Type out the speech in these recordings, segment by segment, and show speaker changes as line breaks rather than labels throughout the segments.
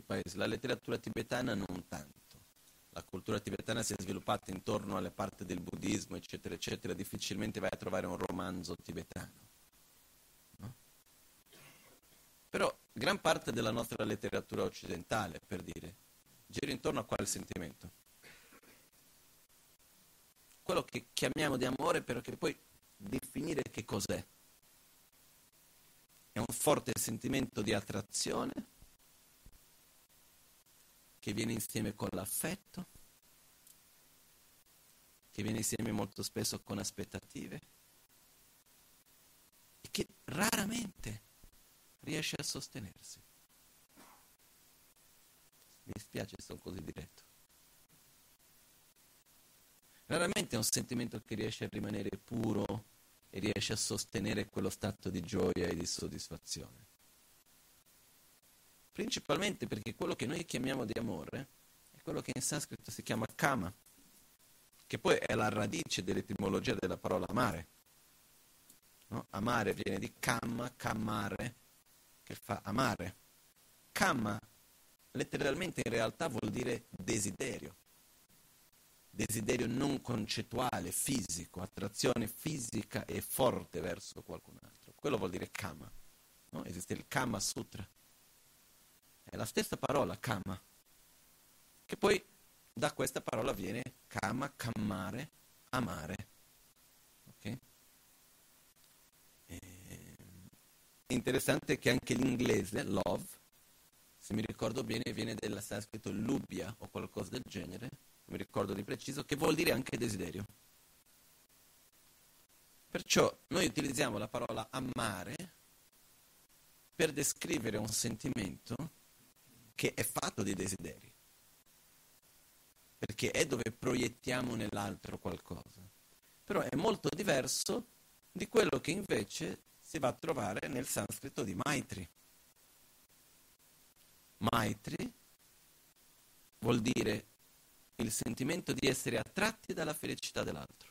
paesi, la letteratura tibetana non tanto. La cultura tibetana si è sviluppata intorno alle parti del buddismo, eccetera, eccetera, difficilmente vai a trovare un romanzo tibetano. No? Però gran parte della nostra letteratura occidentale, per dire, gira intorno a quale sentimento? Quello che chiamiamo di amore, però che poi definire che cos'è. È un forte sentimento di attrazione che viene insieme con l'affetto, che viene insieme molto spesso con aspettative e che raramente riesce a sostenersi. Mi dispiace, sono così diretto. Raramente è un sentimento che riesce a rimanere puro e riesce a sostenere quello stato di gioia e di soddisfazione. Principalmente perché quello che noi chiamiamo di amore è quello che in sanscrito si chiama kama, che poi è la radice dell'etimologia della parola amare. No? Amare viene di kamma, kammare, che fa amare. Kama letteralmente in realtà vuol dire desiderio. Desiderio non concettuale, fisico, attrazione fisica e forte verso qualcun altro. Quello vuol dire kama. No? Esiste il Kama Sutra. È la stessa parola, kama, che poi da questa parola viene kama, kammare, amare. Ok? È interessante che anche l'inglese, love, se mi ricordo bene, viene dal sanscrito lubya o qualcosa del genere, non mi ricordo di preciso, che vuol dire anche desiderio. Perciò noi utilizziamo la parola amare per descrivere un sentimento che è fatto di desideri, perché è dove proiettiamo nell'altro qualcosa. Però è molto diverso di quello che invece si va a trovare nel sanscrito di Maitri. Maitri vuol dire il sentimento di essere attratti dalla felicità dell'altro.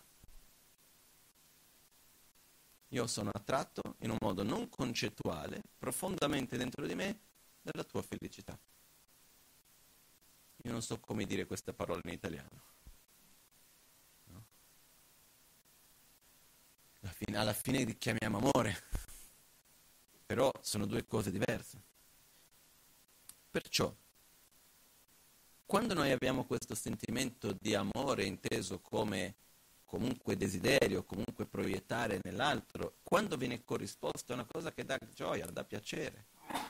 Io sono attratto in un modo non concettuale, profondamente dentro di me, dalla tua felicità. Io non so come dire questa parola in italiano. No? Alla fine chiamiamo amore, però sono due cose diverse. Perciò, quando noi abbiamo questo sentimento di amore inteso come comunque desiderio, comunque proiettare nell'altro, quando viene corrisposto è una cosa che dà gioia, dà piacere.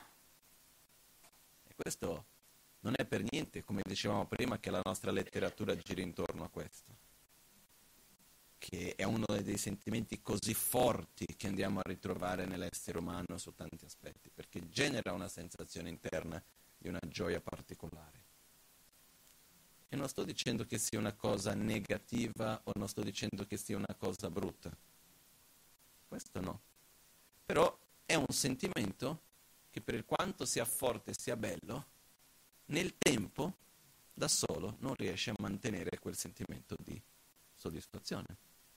E questo non è per niente, come dicevamo prima, che la nostra letteratura gira intorno a questo, che è uno dei sentimenti così forti che andiamo a ritrovare nell'essere umano su tanti aspetti, perché genera una sensazione interna di una gioia particolare. E non sto dicendo che sia una cosa negativa o non sto dicendo che sia una cosa brutta. Questo no. Però è un sentimento che per quanto sia forte e sia bello, nel tempo, da solo, non riesce a mantenere quel sentimento di soddisfazione.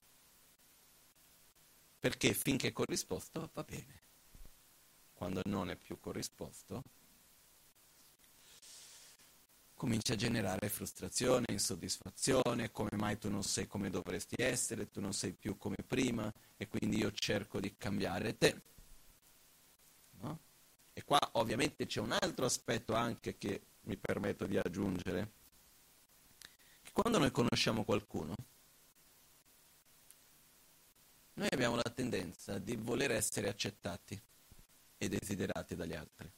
Perché finché è corrisposto va bene. Quando non è più corrisposto, comincia a generare frustrazione, insoddisfazione, come mai tu non sei come dovresti essere, tu non sei più come prima e quindi io cerco di cambiare te. No? E qua ovviamente c'è un altro aspetto anche che mi permetto di aggiungere, che quando noi conosciamo qualcuno, noi abbiamo la tendenza di voler essere accettati e desiderati dagli altri.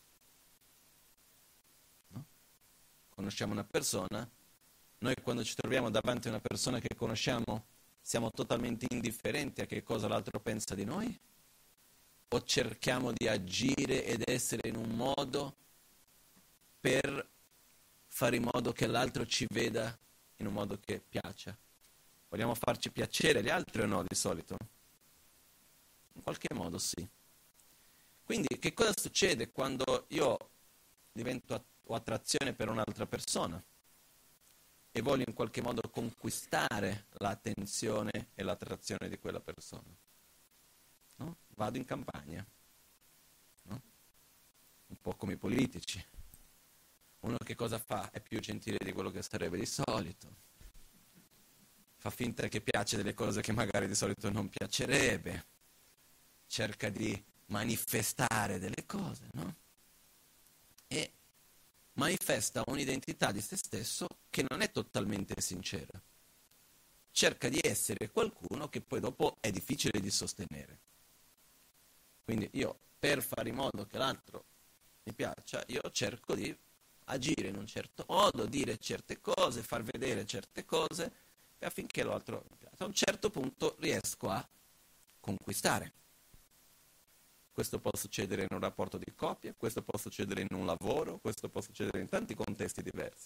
Conosciamo una persona, noi quando ci troviamo davanti a una persona che conosciamo siamo totalmente indifferenti a che cosa l'altro pensa di noi? O cerchiamo di agire ed essere in un modo per fare in modo che l'altro ci veda in un modo che piaccia? Vogliamo farci piacere agli altri o no di solito? In qualche modo sì. Quindi che cosa succede quando io ho attrazione per un'altra persona e voglio in qualche modo conquistare l'attenzione e l'attrazione di quella persona? No? Vado in campagna, no? Un po' come i politici. Uno che cosa fa? È più gentile di quello che sarebbe di solito. Fa finta che piace delle cose che magari di solito non piacerebbe. Cerca di manifestare delle cose, no? E manifesta un'identità di se stesso che non è totalmente sincera. Cerca di essere qualcuno che poi dopo è difficile di sostenere. Quindi io, per fare in modo che l'altro mi piaccia, io cerco di agire in un certo modo, dire certe cose, far vedere certe cose, affinché l'altro mi piaccia. A un certo punto riesco a conquistare. Questo può succedere in un rapporto di coppia, questo può succedere in un lavoro, questo può succedere in tanti contesti diversi.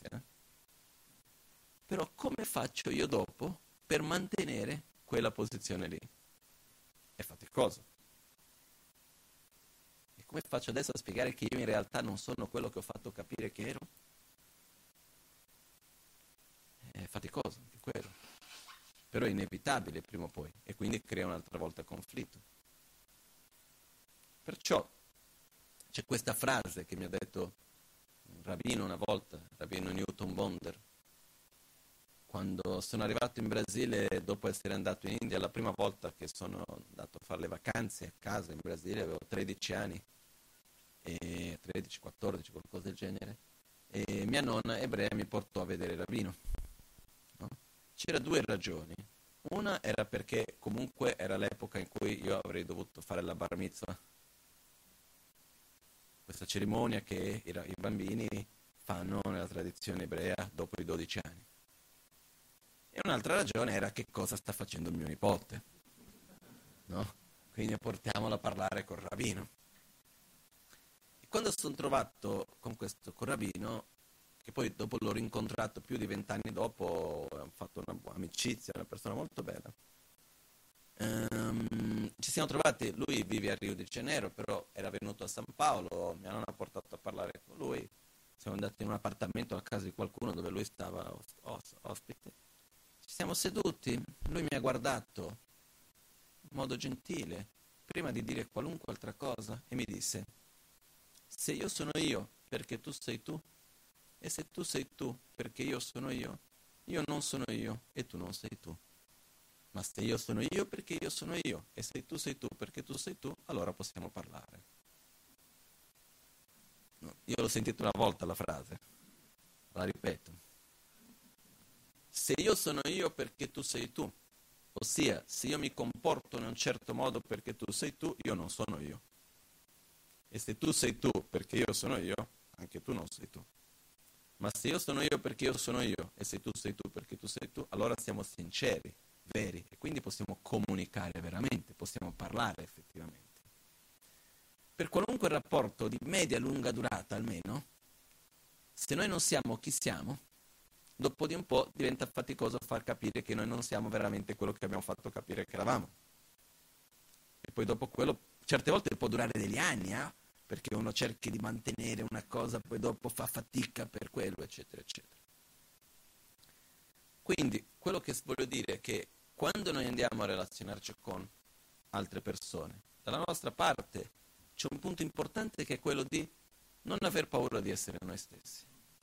Però come faccio io dopo per mantenere quella posizione lì? È faticoso. E come faccio adesso a spiegare che io in realtà non sono quello che ho fatto capire che ero? È faticoso anche quello. Però è inevitabile prima o poi, e quindi crea un'altra volta conflitto. Perciò c'è questa frase che mi ha detto un rabbino una volta, rabbino Newton Bonder, quando sono arrivato in Brasile dopo essere andato in India, la prima volta che sono andato a fare le vacanze a casa in Brasile, avevo 13 anni, 13, 14, qualcosa del genere, e mia nonna ebrea mi portò a vedere il rabbino. No? C'era due ragioni. Una era perché comunque era l'epoca in cui io avrei dovuto fare la bar mitzvah, questa cerimonia che i bambini fanno nella tradizione ebrea dopo i 12 anni. E un'altra ragione era che cosa sta facendo il mio nipote, no? Quindi portiamolo a parlare col rabbino. E quando sono trovato con questo col rabbino, che poi dopo l'ho rincontrato più di 20 anni dopo, ho fatto una buona amicizia, una persona molto bella. Ci siamo trovati, lui vive a Rio de Janeiro, però era venuto a San Paolo, mi hanno portato a parlare con lui, siamo andati in un appartamento a casa di qualcuno dove lui stava ospite. Ci siamo seduti, lui mi ha guardato in modo gentile, prima di dire qualunque altra cosa, e mi disse: se io sono io perché tu sei tu, e se tu sei tu perché io non sono io e tu non sei tu. Ma se io sono io perché io sono io, e se tu sei tu perché tu sei tu, allora possiamo parlare. No, io l'ho sentito una volta la frase, la ripeto. Se io sono io perché tu sei tu, ossia se io mi comporto in un certo modo perché tu sei tu, io non sono io. E se tu sei tu perché io sono io, anche tu non sei tu. Ma se io sono io perché io sono io, e se tu sei tu perché tu sei tu, allora siamo sinceri, veri, e quindi possiamo comunicare veramente, possiamo parlare effettivamente. Per qualunque rapporto di media-lunga durata almeno, se noi non siamo chi siamo, dopo di un po' diventa faticoso far capire che noi non siamo veramente quello che abbiamo fatto capire che eravamo. E poi dopo quello, certe volte può durare degli anni, perché uno cerchi di mantenere una cosa, poi dopo fa fatica per quello, eccetera, eccetera. Quindi, quello che voglio dire è che quando noi andiamo a relazionarci con altre persone, dalla nostra parte c'è un punto importante che è quello di non aver paura di essere noi stessi.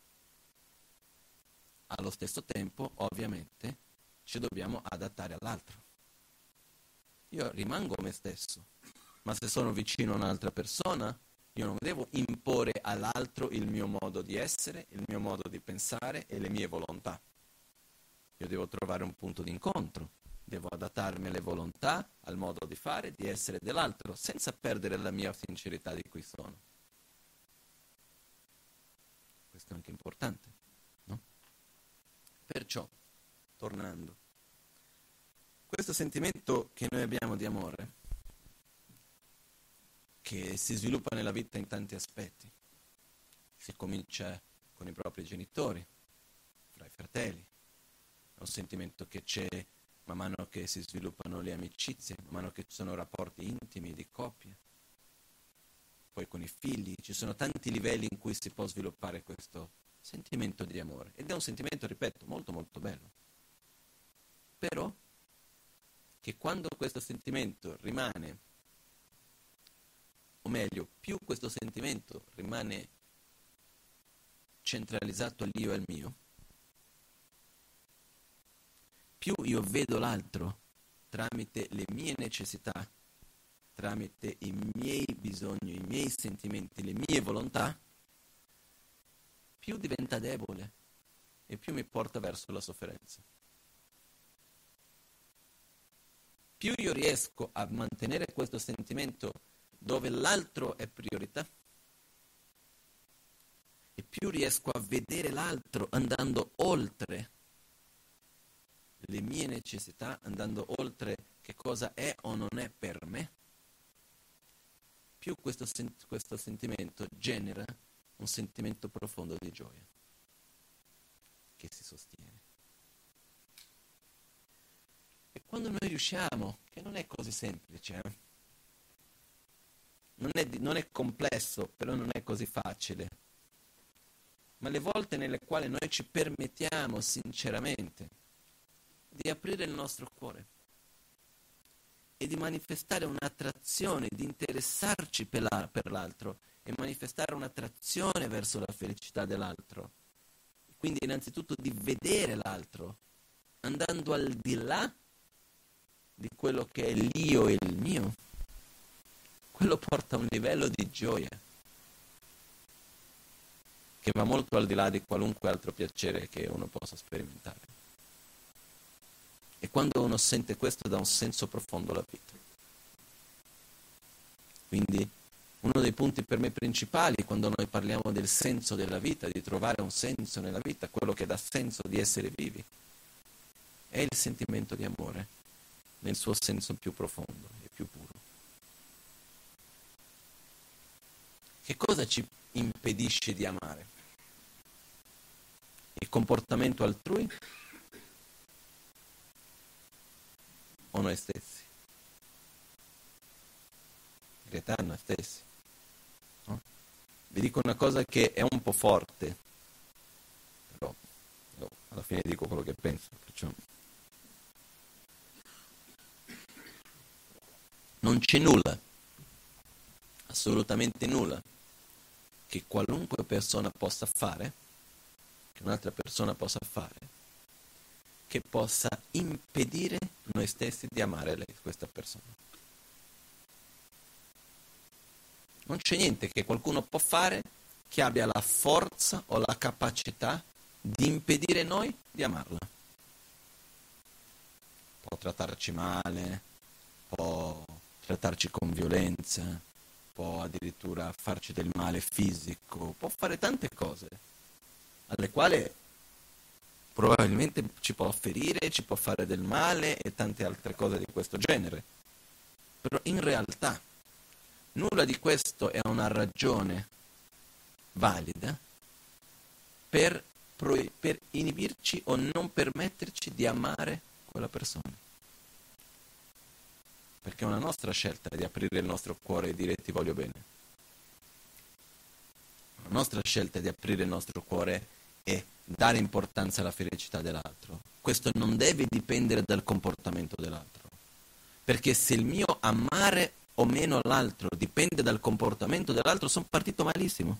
Allo stesso tempo, ovviamente, ci dobbiamo adattare all'altro. Io rimango me stesso, ma se sono vicino a un'altra persona, io non devo imporre all'altro il mio modo di essere, il mio modo di pensare e le mie volontà. Io devo trovare un punto di incontro, devo adattarmi alle volontà, al modo di fare, di essere dell'altro, senza perdere la mia sincerità di cui sono. Questo è anche importante, no? Perciò, tornando, questo sentimento che noi abbiamo di amore, che si sviluppa nella vita in tanti aspetti, si comincia con i propri genitori, fra i fratelli, è un sentimento che c'è man mano che si sviluppano le amicizie, man mano che ci sono rapporti intimi di coppia, poi con i figli, ci sono tanti livelli in cui si può sviluppare questo sentimento di amore, ed è un sentimento, ripeto, molto molto bello. Però che quando questo sentimento rimane, o meglio, più questo sentimento rimane centralizzato l'io e il mio, più io vedo l'altro tramite le mie necessità, tramite i miei bisogni, i miei sentimenti, le mie volontà, più diventa debole e più mi porta verso la sofferenza. Più io riesco a mantenere questo sentimento dove l'altro è priorità, e più riesco a vedere l'altro andando oltre le mie necessità, andando oltre che cosa è o non è per me, più questo sentimento genera un sentimento profondo di gioia che si sostiene. E quando noi riusciamo, che non è così semplice, non è complesso, però non è così facile, ma le volte nelle quali noi ci permettiamo sinceramente di aprire il nostro cuore e di manifestare un'attrazione, di interessarci per l'altro e manifestare un'attrazione verso la felicità dell'altro. Quindi innanzitutto di vedere l'altro, andando al di là di quello che è l'io e il mio, quello porta a un livello di gioia che va molto al di là di qualunque altro piacere che uno possa sperimentare. E quando uno sente questo dà un senso profondo alla vita. Quindi uno dei punti per me principali quando noi parliamo del senso della vita, di trovare un senso nella vita, quello che dà senso di essere vivi, è il sentimento di amore, nel suo senso più profondo e più puro. Che cosa ci impedisce di amare? Il comportamento altrui o noi stessi? In realtà noi stessi. No? Vi dico una cosa che è un po' forte, però io alla fine dico quello che penso, perciò non c'è nulla, assolutamente nulla, che qualunque persona possa fare, che un'altra persona possa fare, che possa impedire noi stessi di amare questa persona. Non c'è niente che qualcuno può fare che abbia la forza o la capacità di impedire noi di amarla. Può trattarci male, può trattarci con violenza, può addirittura farci del male fisico, può fare tante cose alle quali probabilmente ci può ferire, ci può fare del male e tante altre cose di questo genere. Però in realtà nulla di questo è una ragione valida per inibirci o non permetterci di amare quella persona. Perché è una nostra scelta di aprire il nostro cuore e dire ti voglio bene. La nostra scelta di aprire il nostro cuore e dare importanza alla felicità dell'altro. Questo non deve dipendere dal comportamento dell'altro. Perché se il mio amare o meno l'altro dipende dal comportamento dell'altro, sono partito malissimo.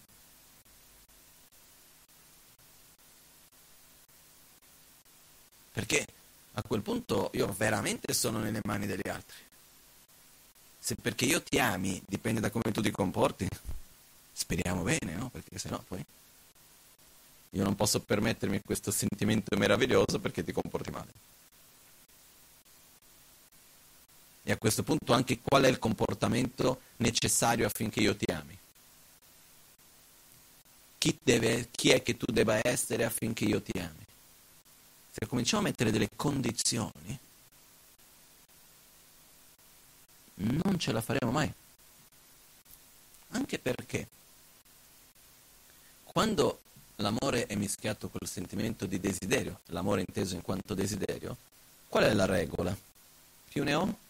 Perché a quel punto io veramente sono nelle mani degli altri. Se perché io ti ami dipende da come tu ti comporti, speriamo bene, no? Perché sennò poi io non posso permettermi questo sentimento meraviglioso perché ti comporti male. E a questo punto anche qual è il comportamento necessario affinché io ti ami? Chi è che tu debba essere affinché io ti ami? Se cominciamo a mettere delle condizioni, non ce la faremo mai. Anche perché quando l'amore è mischiato col sentimento di desiderio, l'amore inteso in quanto desiderio, qual è la regola? Più ne ho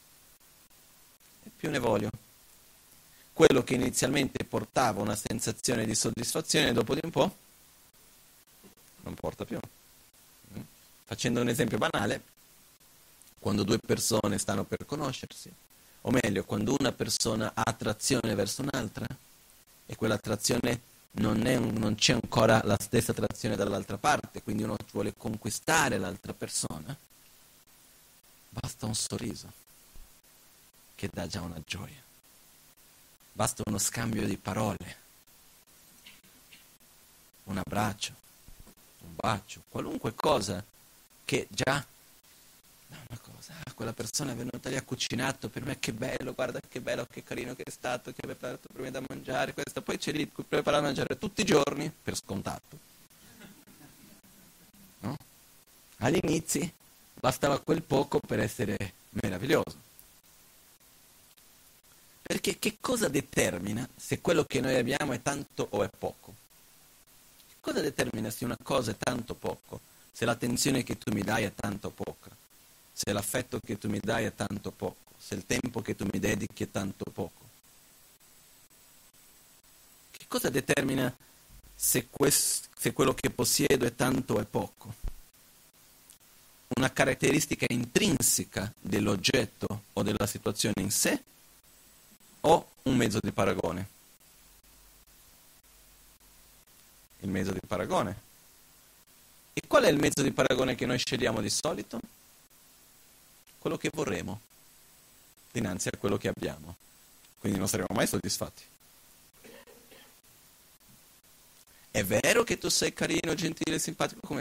e più ne voglio. Quello che inizialmente portava una sensazione di soddisfazione, dopo di un po' non porta più. Facendo un esempio banale, quando due persone stanno per conoscersi, o meglio, quando una persona ha attrazione verso un'altra, e quell'attrazione non c'è ancora la stessa attrazione dall'altra parte, quindi uno vuole conquistare l'altra persona, basta un sorriso che dà già una gioia, basta uno scambio di parole, un abbraccio, un bacio, qualunque cosa che già dà una cosa. Quella persona è venuta lì, ha cucinato per me, che bello, guarda che bello, che carino che è stato, che ha preparato per me da mangiare, questo. Poi c'è lì, prepara da mangiare tutti i giorni, per scontato. No? Agli inizi bastava quel poco per essere meraviglioso. Perché che cosa determina se quello che noi abbiamo è tanto o è poco? Che cosa determina se una cosa è tanto o poco? Se l'attenzione che tu mi dai è tanto o poca? Se l'affetto che tu mi dai è tanto o poco? Se il tempo che tu mi dedichi è tanto o poco? Che cosa determina se quello che possiedo è tanto o è poco? Una caratteristica intrinseca dell'oggetto o della situazione in sé o un mezzo di paragone? Il mezzo di paragone. E qual è il mezzo di paragone che noi scegliamo di solito? Quello che vorremmo dinanzi a quello che abbiamo. Quindi non saremo mai soddisfatti. È vero che tu sei carino, gentile, simpatico come,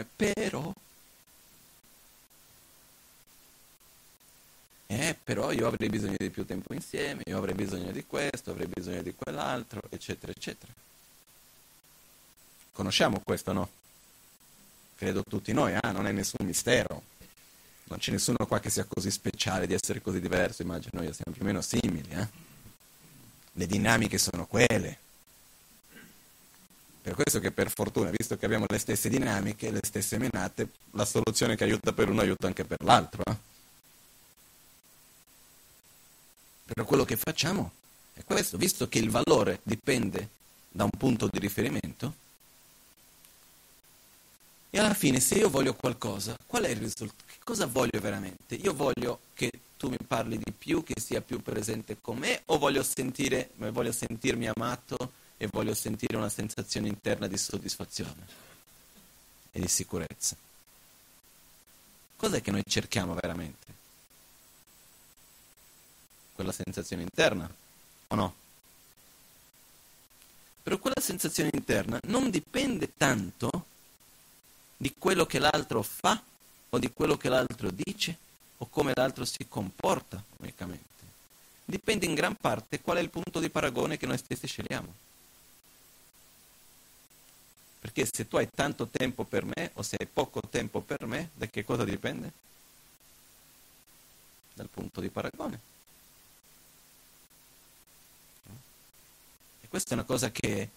però io avrei bisogno di più tempo insieme, io avrei bisogno di questo, avrei bisogno di quell'altro, eccetera, eccetera. Conosciamo questo, no? Credo tutti noi, non è nessun mistero. Non c'è nessuno qua che sia così speciale di essere così diverso, immagino io siamo più o meno simili, Le dinamiche sono quelle. Per questo che per fortuna, visto che abbiamo le stesse dinamiche, le stesse menate, la soluzione che aiuta per uno aiuta anche per l'altro. Però quello che facciamo è questo, visto che il valore dipende da un punto di riferimento, e alla fine se io voglio qualcosa, qual è il risultato? Che cosa voglio veramente? Io voglio che tu mi parli di più, che sia più presente con me, o voglio sentirmi amato e voglio sentire una sensazione interna di soddisfazione e di sicurezza? Cos'è che noi cerchiamo veramente? Quella sensazione interna, o no? Però quella sensazione interna non dipende tanto di quello che l'altro fa o di quello che l'altro dice o come l'altro si comporta unicamente. Dipende in gran parte qual è il punto di paragone che noi stessi scegliamo. Perché se tu hai tanto tempo per me o se hai poco tempo per me, da che cosa dipende? Dal punto di paragone. E questa è una cosa che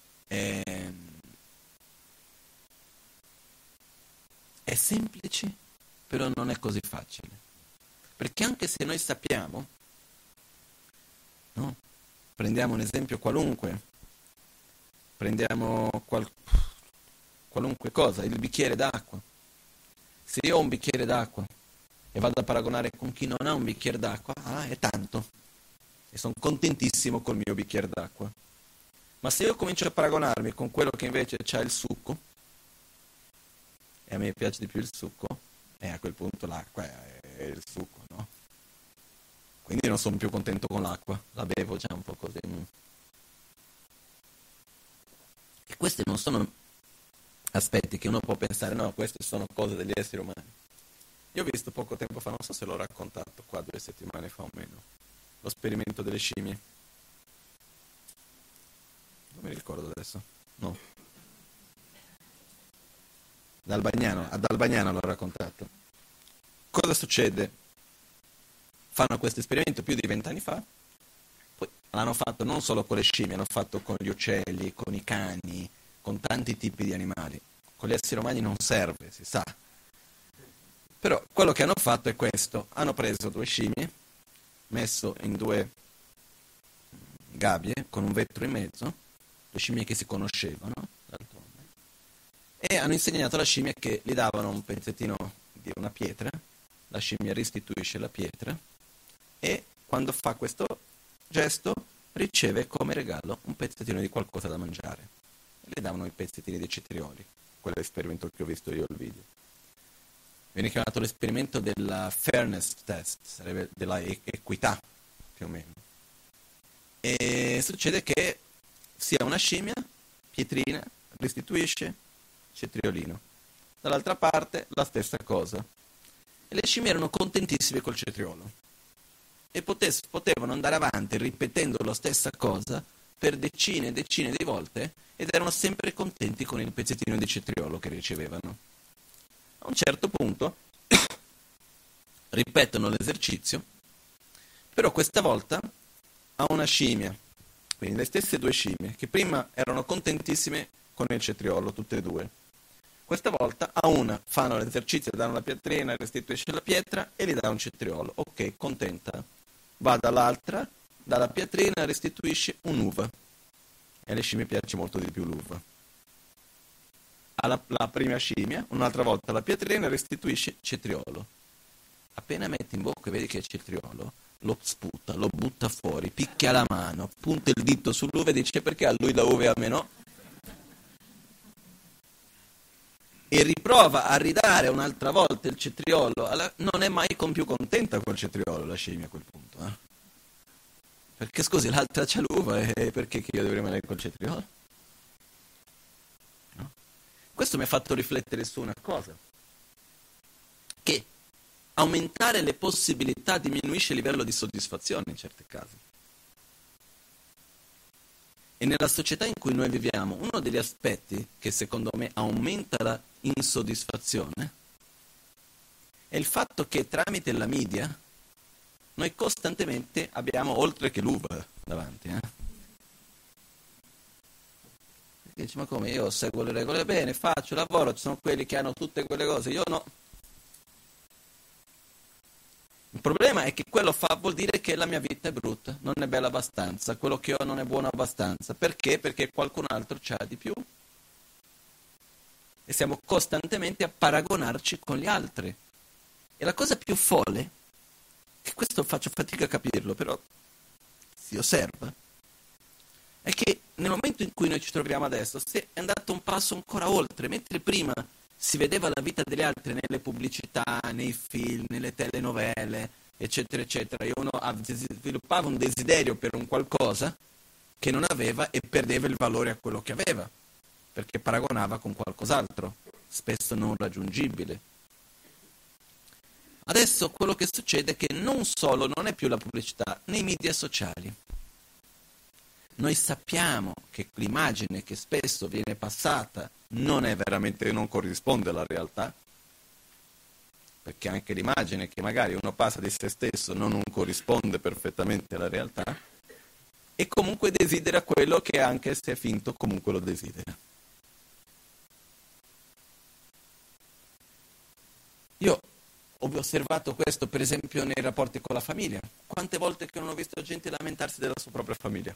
è semplice, però non è così facile. Perché anche se noi sappiamo, no? Prendiamo un esempio qualunque, prendiamo qualunque cosa, il bicchiere d'acqua. Se io ho un bicchiere d'acqua e vado a paragonare con chi non ha un bicchiere d'acqua, è tanto. E sono contentissimo col mio bicchiere d'acqua. Ma se io comincio a paragonarmi con quello che invece ha il succo, e a me piace di più il succo, e a quel punto l'acqua è il succo, no? Quindi non sono più contento con l'acqua, la bevo già un po' così. E questi non sono aspetti che uno può pensare, no, queste sono cose degli esseri umani. Io ho visto poco tempo fa, non so se l'ho raccontato qua 2 settimane fa o meno, lo sperimento delle scimmie. Non mi ricordo adesso, no. Ad Albagnano l'ho raccontato. Cosa succede? Fanno questo esperimento più di 20 anni fa, poi l'hanno fatto non solo con le scimmie, l'hanno fatto con gli uccelli, con i cani, con tanti tipi di animali. Con gli esseri umani non serve, si sa. Però quello che hanno fatto è questo. Hanno preso 2 scimmie, messo in 2 gabbie con un vetro in mezzo, 2 scimmie che si conoscevano, d'altronde, e hanno insegnato alla scimmia che gli davano un pezzettino di una pietra, la scimmia restituisce la pietra e quando fa questo gesto riceve come regalo un pezzettino di qualcosa da mangiare. le davano i pezzettini di cetrioli. Quello è l'esperimento che ho visto io al video. Viene chiamato l'esperimento della fairness test, sarebbe della equità, più o meno. E succede che sia una scimmia, pietrina, restituisce cetriolino. Dall'altra parte la stessa cosa. E le scimmie erano contentissime col cetriolo. E potevano andare avanti ripetendo la stessa cosa per decine e decine di volte ed erano sempre contenti con il pezzettino di cetriolo che ricevevano. A un certo punto ripetono l'esercizio, però questa volta a una scimmia, quindi le stesse due scimmie, che prima erano contentissime con il cetriolo, tutte e due. Questa volta a una fanno l'esercizio, danno la pietrina, restituisce la pietra e gli dà un cetriolo. Ok, contenta. Va dall'altra, dalla pietrina restituisce un'uva. E alle scimmie piace molto di più l'uva. La prima scimmia, un'altra volta la pietrina restituisce cetriolo. Appena metti in bocca e vedi che è cetriolo, lo sputa, lo butta fuori, picchia la mano, punta il dito sull'uva e dice perché a lui la uva e a me no? E riprova a ridare un'altra volta il cetriolo, non è mai più contenta col cetriolo la scimmia a quel punto. Perché scusi, l'altra c'ha l'uva e perché che io dovrei rimanere col cetriolo? No? Questo mi ha fatto riflettere su una cosa, che aumentare le possibilità diminuisce il livello di soddisfazione in certi casi. E nella società in cui noi viviamo, uno degli aspetti che secondo me aumenta la insoddisfazione è il fatto che tramite la media noi costantemente abbiamo oltre che l'uva davanti. Dici, ma come? Io seguo le regole bene, faccio, lavoro, ci sono quelli che hanno tutte quelle cose, io no. Il problema è che quello vuol dire che la mia vita è brutta, non è bella abbastanza, quello che ho non è buono abbastanza. Perché? Perché qualcun altro c'ha di più. E siamo costantemente a paragonarci con gli altri. E la cosa più folle, che questo faccio fatica a capirlo, però si osserva, è che nel momento in cui noi ci troviamo adesso si è andato un passo ancora oltre, mentre prima si vedeva la vita degli altri nelle pubblicità, nei film, nelle telenovele, eccetera, eccetera, e uno sviluppava un desiderio per un qualcosa che non aveva e perdeva il valore a quello che aveva, perché paragonava con qualcos'altro, spesso non raggiungibile. Adesso quello che succede è che non solo non è più la pubblicità, nei media sociali. Noi sappiamo che l'immagine che spesso viene passata non corrisponde alla realtà, perché anche l'immagine che magari uno passa di se stesso non corrisponde perfettamente alla realtà, e comunque desidera quello che anche se è finto comunque lo desidera. Io ho osservato questo per esempio nei rapporti con la famiglia. Quante volte che non ho visto gente lamentarsi della sua propria famiglia?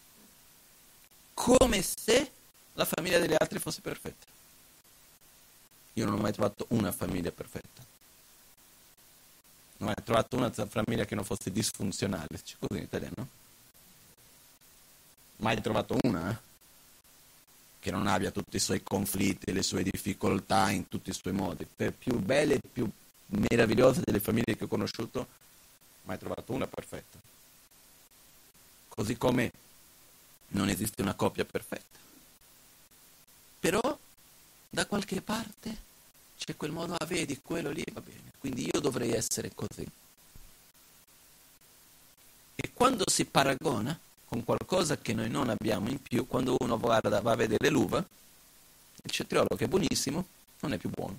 Come se la famiglia degli altri fosse perfetta. Io non ho mai trovato una famiglia perfetta. Non ho mai trovato una famiglia che non fosse disfunzionale, c'è così in italiano? Mai trovato una che non abbia tutti i suoi conflitti, le sue difficoltà in tutti i suoi modi. Per più belle e più meravigliose delle famiglie che ho conosciuto, mai trovato una perfetta. Così come non esiste una coppia perfetta. Però da qualche parte c'è quel modo, vedi, quello lì va bene, quindi io dovrei essere così. E quando si paragona con qualcosa che noi non abbiamo in più, quando uno va a vedere l'uva, il cetriolo che è buonissimo non è più buono.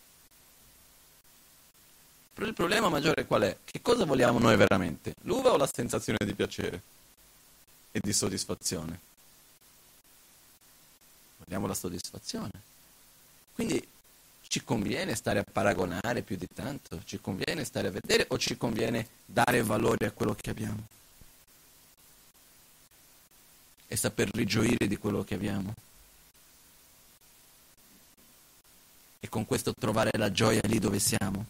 Però il problema maggiore qual è? Che cosa vogliamo noi veramente? L'uva o la sensazione di piacere e di soddisfazione? Vogliamo la soddisfazione. Quindi ci conviene stare a paragonare più di tanto? Ci conviene stare a vedere o ci conviene dare valore a quello che abbiamo? E saper rigioire di quello che abbiamo? E con questo trovare la gioia lì dove siamo?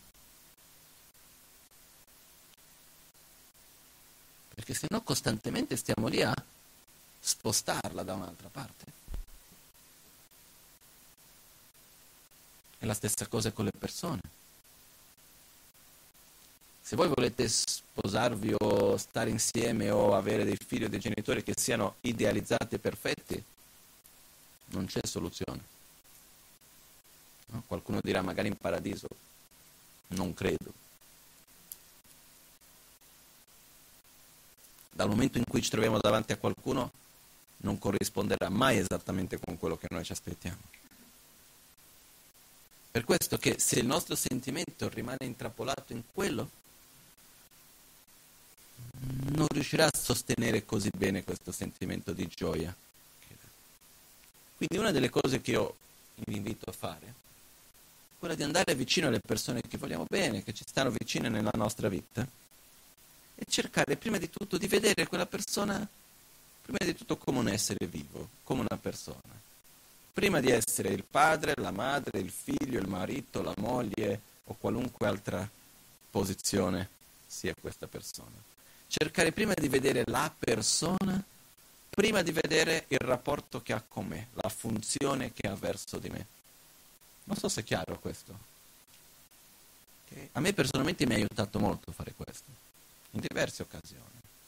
Perché sennò costantemente stiamo lì a spostarla da un'altra parte. È la stessa cosa con le persone. Se voi volete sposarvi o stare insieme o avere dei figli o dei genitori che siano idealizzati e perfetti, non c'è soluzione. No? Qualcuno dirà magari in paradiso, non credo. Dal momento in cui ci troviamo davanti a qualcuno, non corrisponderà mai esattamente con quello che noi ci aspettiamo. Per questo che se il nostro sentimento rimane intrappolato in quello, non riuscirà a sostenere così bene questo sentimento di gioia. Quindi una delle cose che io vi invito a fare è quella di andare vicino alle persone che vogliamo bene, che ci stanno vicine nella nostra vita, e cercare prima di tutto di vedere quella persona, prima di tutto come un essere vivo, come una persona. Prima di essere il padre, la madre, il figlio, il marito, la moglie o qualunque altra posizione sia questa persona. Cercare prima di vedere la persona, prima di vedere il rapporto che ha con me, la funzione che ha verso di me. Non so se è chiaro questo. Okay? A me personalmente mi ha aiutato molto a fare questo, in diverse occasioni.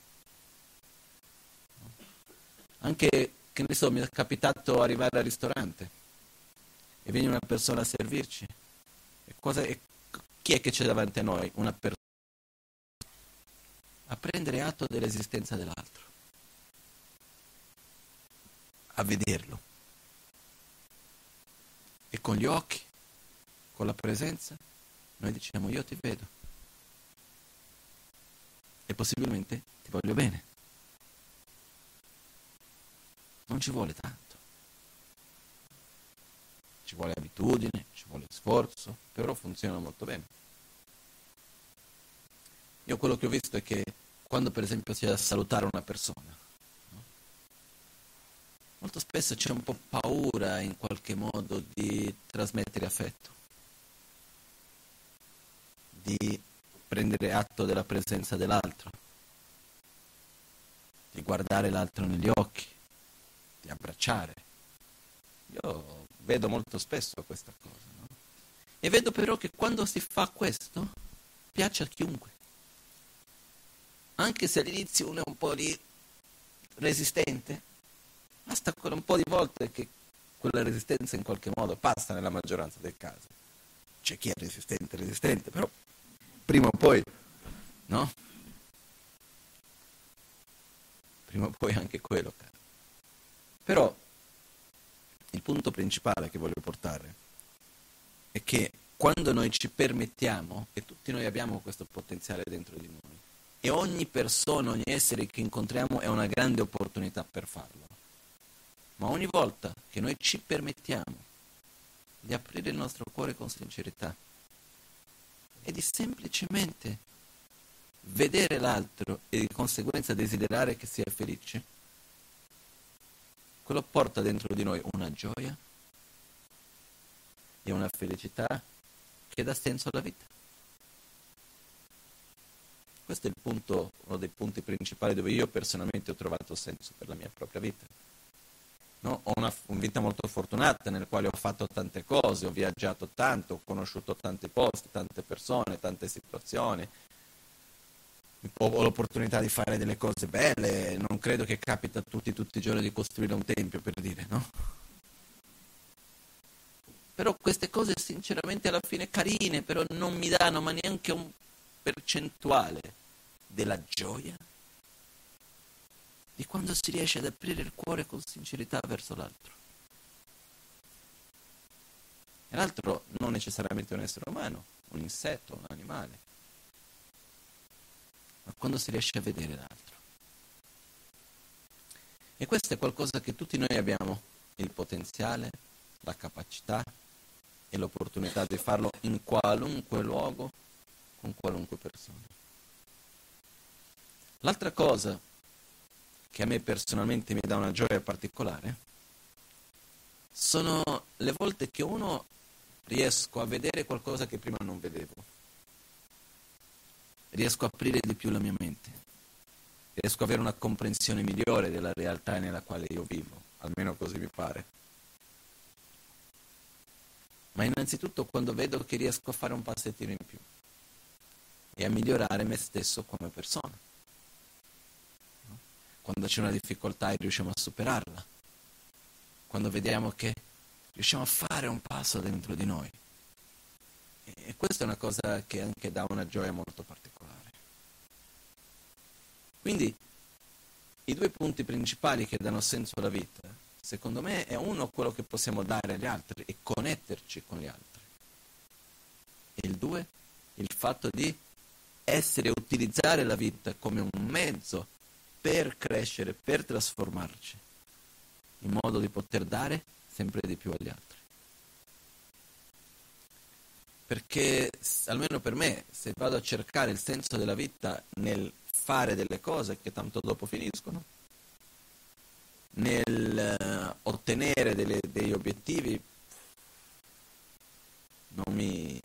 Anche, che ne so, mi è capitato arrivare al ristorante e viene una persona a servirci. Chi è che c'è davanti a noi? Una persona. A prendere atto dell'esistenza dell'altro, a vederlo. E con gli occhi, con la presenza, noi diciamo io ti vedo. E possibilmente ti voglio bene. Non ci vuole tanto. Ci vuole abitudine, ci vuole sforzo, però funziona molto bene. Io quello che ho visto è che quando per esempio si è a salutare una persona, no? Molto spesso c'è un po' paura in qualche modo di trasmettere affetto, di prendere atto della presenza dell'altro, di guardare l'altro negli occhi, di abbracciare. Io vedo molto spesso questa cosa, no? E vedo però che quando si fa questo piace a chiunque. Anche se all'inizio uno è un po' resistente, basta un po' di volte che quella resistenza in qualche modo passa nella maggioranza dei casi. C'è chi è resistente, però prima o poi, no? Prima o poi anche quello cade. Però il punto principale che voglio portare è che quando noi ci permettiamo, e tutti noi abbiamo questo potenziale dentro di noi, e ogni persona, ogni essere che incontriamo è una grande opportunità per farlo. Ma ogni volta che noi ci permettiamo di aprire il nostro cuore con sincerità e di semplicemente vedere l'altro e di conseguenza desiderare che sia felice, quello porta dentro di noi una gioia e una felicità che dà senso alla vita. Questo è il punto, uno dei punti principali dove io personalmente ho trovato senso per la mia propria vita. No? Ho una vita molto fortunata nel quale ho fatto tante cose, ho viaggiato tanto, ho conosciuto tanti posti, tante persone, tante situazioni. Ho l'opportunità di fare delle cose belle, non credo che capita a tutti i giorni di costruire un tempio, per dire, no? Però queste cose sinceramente alla fine carine, però non mi danno ma neanche un percentuale della gioia di quando si riesce ad aprire il cuore con sincerità verso l'altro. E l'altro non necessariamente un essere umano, un insetto, un animale, ma quando si riesce a vedere l'altro. E questo è qualcosa che tutti noi abbiamo, il potenziale, la capacità e l'opportunità di farlo in qualunque luogo, con qualunque persona. L'altra cosa che a me personalmente mi dà una gioia particolare sono le volte che riesco a vedere qualcosa che prima non vedevo. Riesco a aprire di più la mia mente. Riesco ad avere una comprensione migliore della realtà nella quale io vivo, almeno così mi pare. ma innanzitutto quando vedo che riesco a fare un passettino in più e a migliorare me stesso come persona. No? Quando c'è una difficoltà e riusciamo a superarla, quando vediamo che riusciamo a fare un passo dentro di noi. E questa è una cosa che anche dà una gioia molto particolare. Quindi i due punti principali che danno senso alla vita, secondo me, è uno quello che possiamo dare agli altri e connetterci con gli altri. E il due, il fatto di utilizzare la vita come un mezzo per crescere, per trasformarci, in modo di poter dare sempre di più agli altri. Perché, almeno per me, se vado a cercare il senso della vita nel fare delle cose che tanto dopo finiscono, nel ottenere degli obiettivi, non mi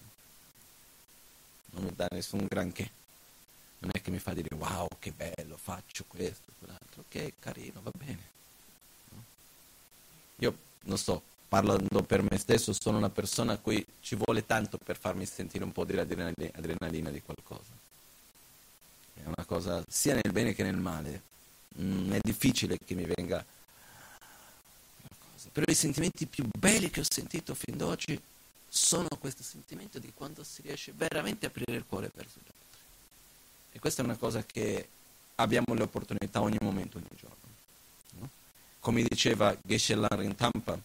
dà nessun granché. Non è che mi fa dire wow, che bello, faccio questo, quell'altro. Ok, carino, va bene. No? Io, non so, parlando per me stesso, sono una persona a cui ci vuole tanto per farmi sentire un po' di adrenalina di qualcosa. È una cosa sia nel bene che nel male. È difficile che mi venga una cosa. Però i sentimenti più belli che ho sentito fin d'oggi sono questo sentimento di quando si riesce veramente a aprire il cuore verso gli altri. E questa è una cosa che abbiamo le opportunità ogni momento, ogni giorno. No? Come diceva Geshe-la Rintampa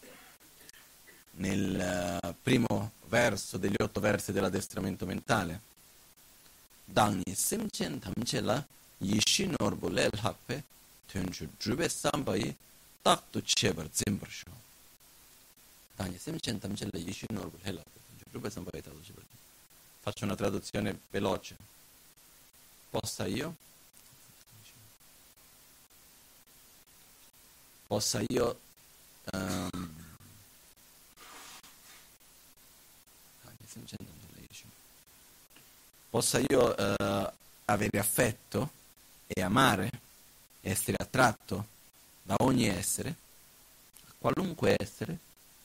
nel primo verso degli 8 versi dell'addestramento mentale, Dangni Simchen Tamchela Yishi Norbu Lel Hakpe Tunju Drube Sambai Taktu Chebar Zimbarsho. Dangni Simchen Tamchela Yishi Norbu Lel Hakpe Tunju Drube Sambai Taktu Chebar. Faccio una traduzione veloce. Possa io avere affetto e amare, essere attratto da ogni essere, qualunque essere,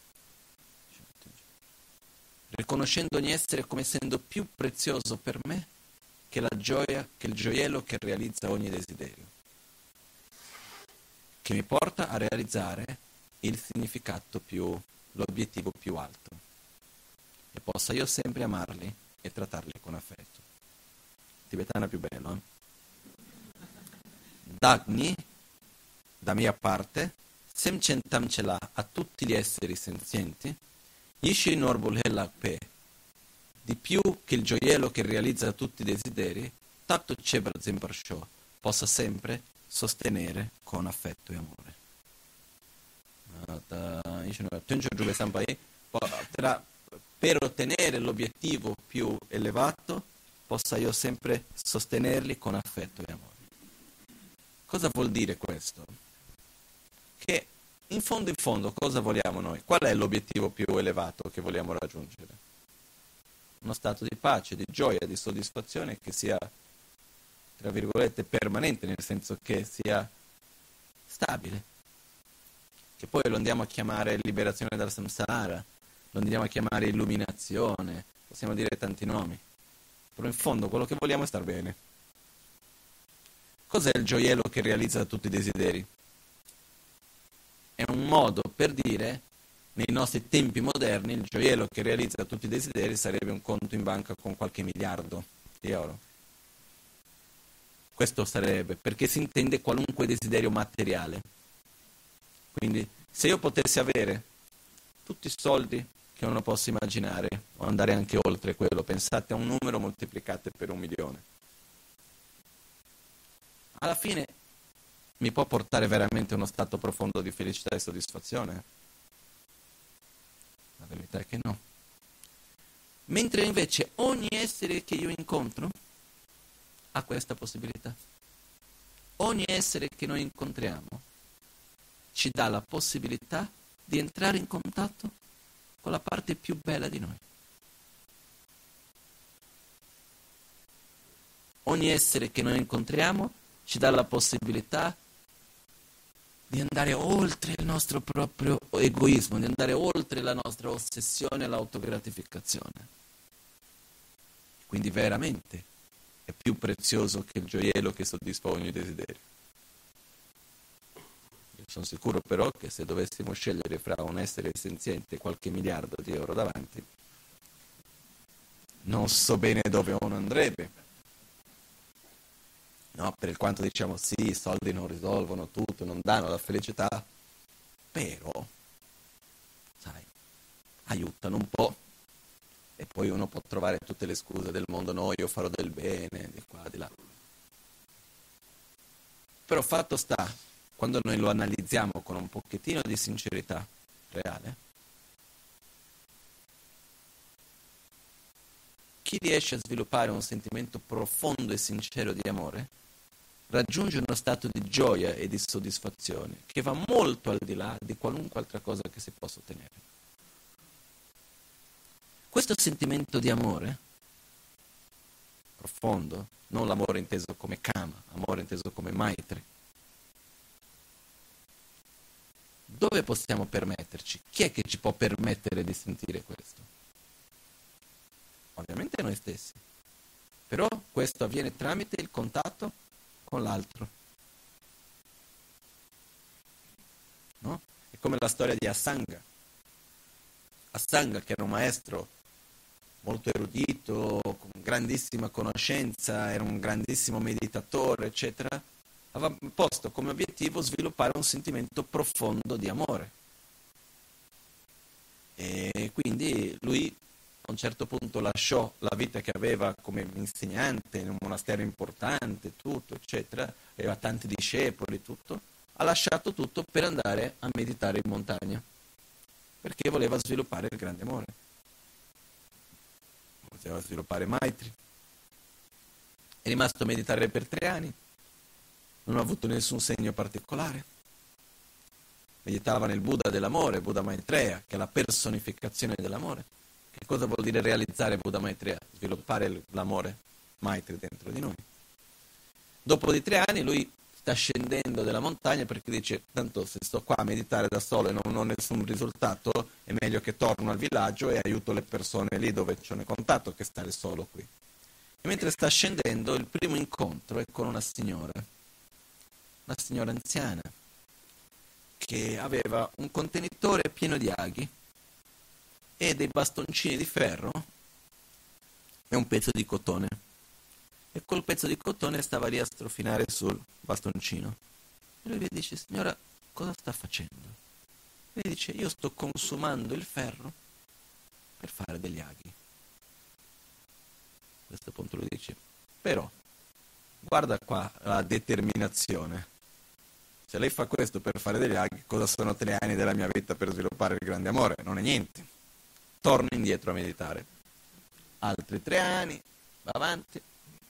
riconoscendo ogni essere come essendo più prezioso per me che la gioia, che il gioiello che realizza ogni desiderio, che mi porta a realizzare il significato più, l'obiettivo più alto, e possa io sempre amarli e trattarli con affetto. Tibetana più bello, Dagni, da mia parte, Semchen Tamchela a tutti gli esseri senzienti, Yishi Norbul Pe, di più che il gioiello che realizza tutti i desideri, Taktu Chebar Zimbarsho, possa sempre sostenere con affetto e amore. Per ottenere l'obiettivo più elevato, possa io sempre sostenerli con affetto e amore. Cosa vuol dire questo? Che in fondo cosa vogliamo noi? Qual è l'obiettivo più elevato che vogliamo raggiungere? Uno stato di pace, di gioia, di soddisfazione che sia, tra virgolette, permanente, nel senso che sia stabile. Che poi lo andiamo a chiamare liberazione dal samsara, lo andiamo a chiamare illuminazione, possiamo dire tanti nomi. Però in fondo quello che vogliamo è star bene. Cos'è il gioiello che realizza tutti i desideri? È un modo per dire, nei nostri tempi moderni, il gioiello che realizza tutti i desideri sarebbe un conto in banca con qualche miliardo di euro. Questo sarebbe, perché si intende qualunque desiderio materiale. Quindi, se io potessi avere tutti i soldi che uno possa immaginare, o andare anche oltre quello, pensate a un numero moltiplicate per 1 milione. Alla fine mi può portare veramente a uno stato profondo di felicità e soddisfazione? La verità è che no. Mentre invece ogni essere che io incontro ha questa possibilità. Ogni essere che noi incontriamo ci dà la possibilità di entrare in contatto con la parte più bella di noi. Ogni essere che noi incontriamo ci dà la possibilità di andare oltre il nostro proprio egoismo, di andare oltre la nostra ossessione all'autogratificazione. Quindi veramente è più prezioso che il gioiello che soddisfa ogni desiderio. Io sono sicuro però che se dovessimo scegliere fra un essere senziente e qualche miliardo di euro davanti, non so bene dove uno andrebbe. No, per quanto diciamo sì, i soldi non risolvono tutto, non danno la felicità, però, sai, aiutano un po'. E poi uno può trovare tutte le scuse del mondo, no, io farò del bene, di qua, di là. Però fatto sta, quando noi lo analizziamo con un pochettino di sincerità reale, chi riesce a sviluppare un sentimento profondo e sincero di amore raggiunge uno stato di gioia e di soddisfazione che va molto al di là di qualunque altra cosa che si possa ottenere. Questo sentimento di amore profondo, non l'amore inteso come kama, amore inteso come maitri, dove possiamo permetterci? Chi è che ci può permettere di sentire questo? Ovviamente noi stessi. Però questo avviene tramite il contatto con l'altro. No? È come la storia di Asanga. Asanga, che era un maestro molto erudito, con grandissima conoscenza, era un grandissimo meditatore, eccetera, aveva posto come obiettivo sviluppare un sentimento profondo di amore. E quindi lui a un certo punto lasciò la vita che aveva come insegnante in un monastero importante, tutto, eccetera, aveva tanti discepoli, tutto, ha lasciato tutto per andare a meditare in montagna, perché voleva sviluppare il grande amore, voleva sviluppare Maitri. È rimasto a meditare per 3 anni, non ha avuto nessun segno particolare. Meditava nel Buddha dell'amore, Buddha Maitreya, che è la personificazione dell'amore. Che cosa vuol dire realizzare Buddha Maitreya? Sviluppare l'amore Maitri dentro di noi. Dopo di 3 anni lui sta scendendo dalla montagna perché dice: tanto se sto qua a meditare da solo e non ho nessun risultato, è meglio che torno al villaggio e aiuto le persone lì dove c'ho ne contatto che stare solo qui. E mentre sta scendendo, il primo incontro è con una signora anziana, che aveva un contenitore pieno di aghi e dei bastoncini di ferro e un pezzo di cotone. E col pezzo di cotone stava lì a strofinare sul bastoncino. E lui le dice: signora, cosa sta facendo? E lei dice: io sto consumando il ferro per fare degli aghi. A questo punto lui dice: però, guarda qua la determinazione. Se lei fa questo per fare degli aghi, cosa sono 3 anni della mia vita per sviluppare il grande amore? Non è niente. Torno indietro a meditare. Altri 3 anni, va avanti.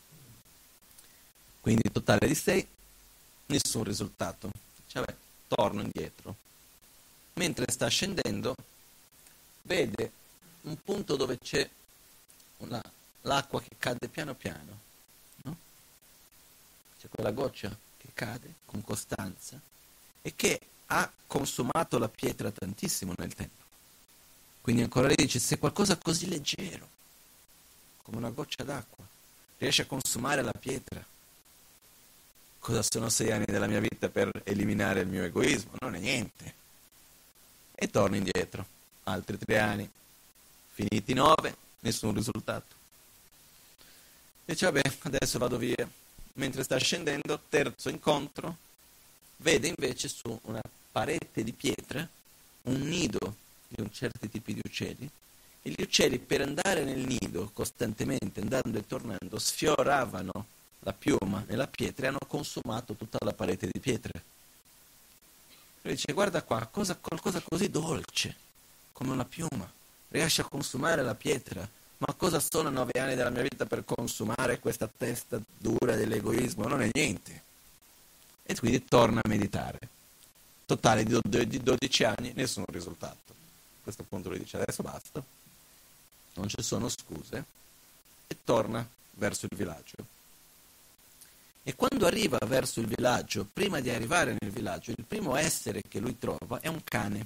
Quindi totale di 6, nessun risultato. Cioè, beh, torno indietro. Mentre sta scendendo, vede un punto dove c'è l'acqua che cade piano piano, no? C'è quella goccia che cade con costanza e che ha consumato la pietra tantissimo nel tempo. Quindi ancora lei dice: se qualcosa così leggero come una goccia d'acqua riesce a consumare la pietra, cosa sono 6 anni della mia vita per eliminare il mio egoismo? Non è niente. E torno indietro. Altri 3 anni. Finiti 9, nessun risultato. Dice: vabbè, adesso vado via. Mentre sta scendendo, terzo incontro, vede invece su una parete di pietra un nido di un certi tipi di uccelli. E gli uccelli, per andare nel nido costantemente, andando e tornando, sfioravano la piuma nella pietra e hanno consumato tutta la parete di pietre. Lui dice: guarda qua, qualcosa così dolce come una piuma riesce a consumare la pietra. Ma cosa sono 9 anni della mia vita per consumare questa testa dura dell'egoismo? Non è niente. E quindi torna a meditare. Totale di 12 anni, nessun risultato. A questo punto lui dice: adesso basta, non ci sono scuse, e torna verso il villaggio. E quando arriva verso il villaggio, prima di arrivare nel villaggio, il primo essere che lui trova è un cane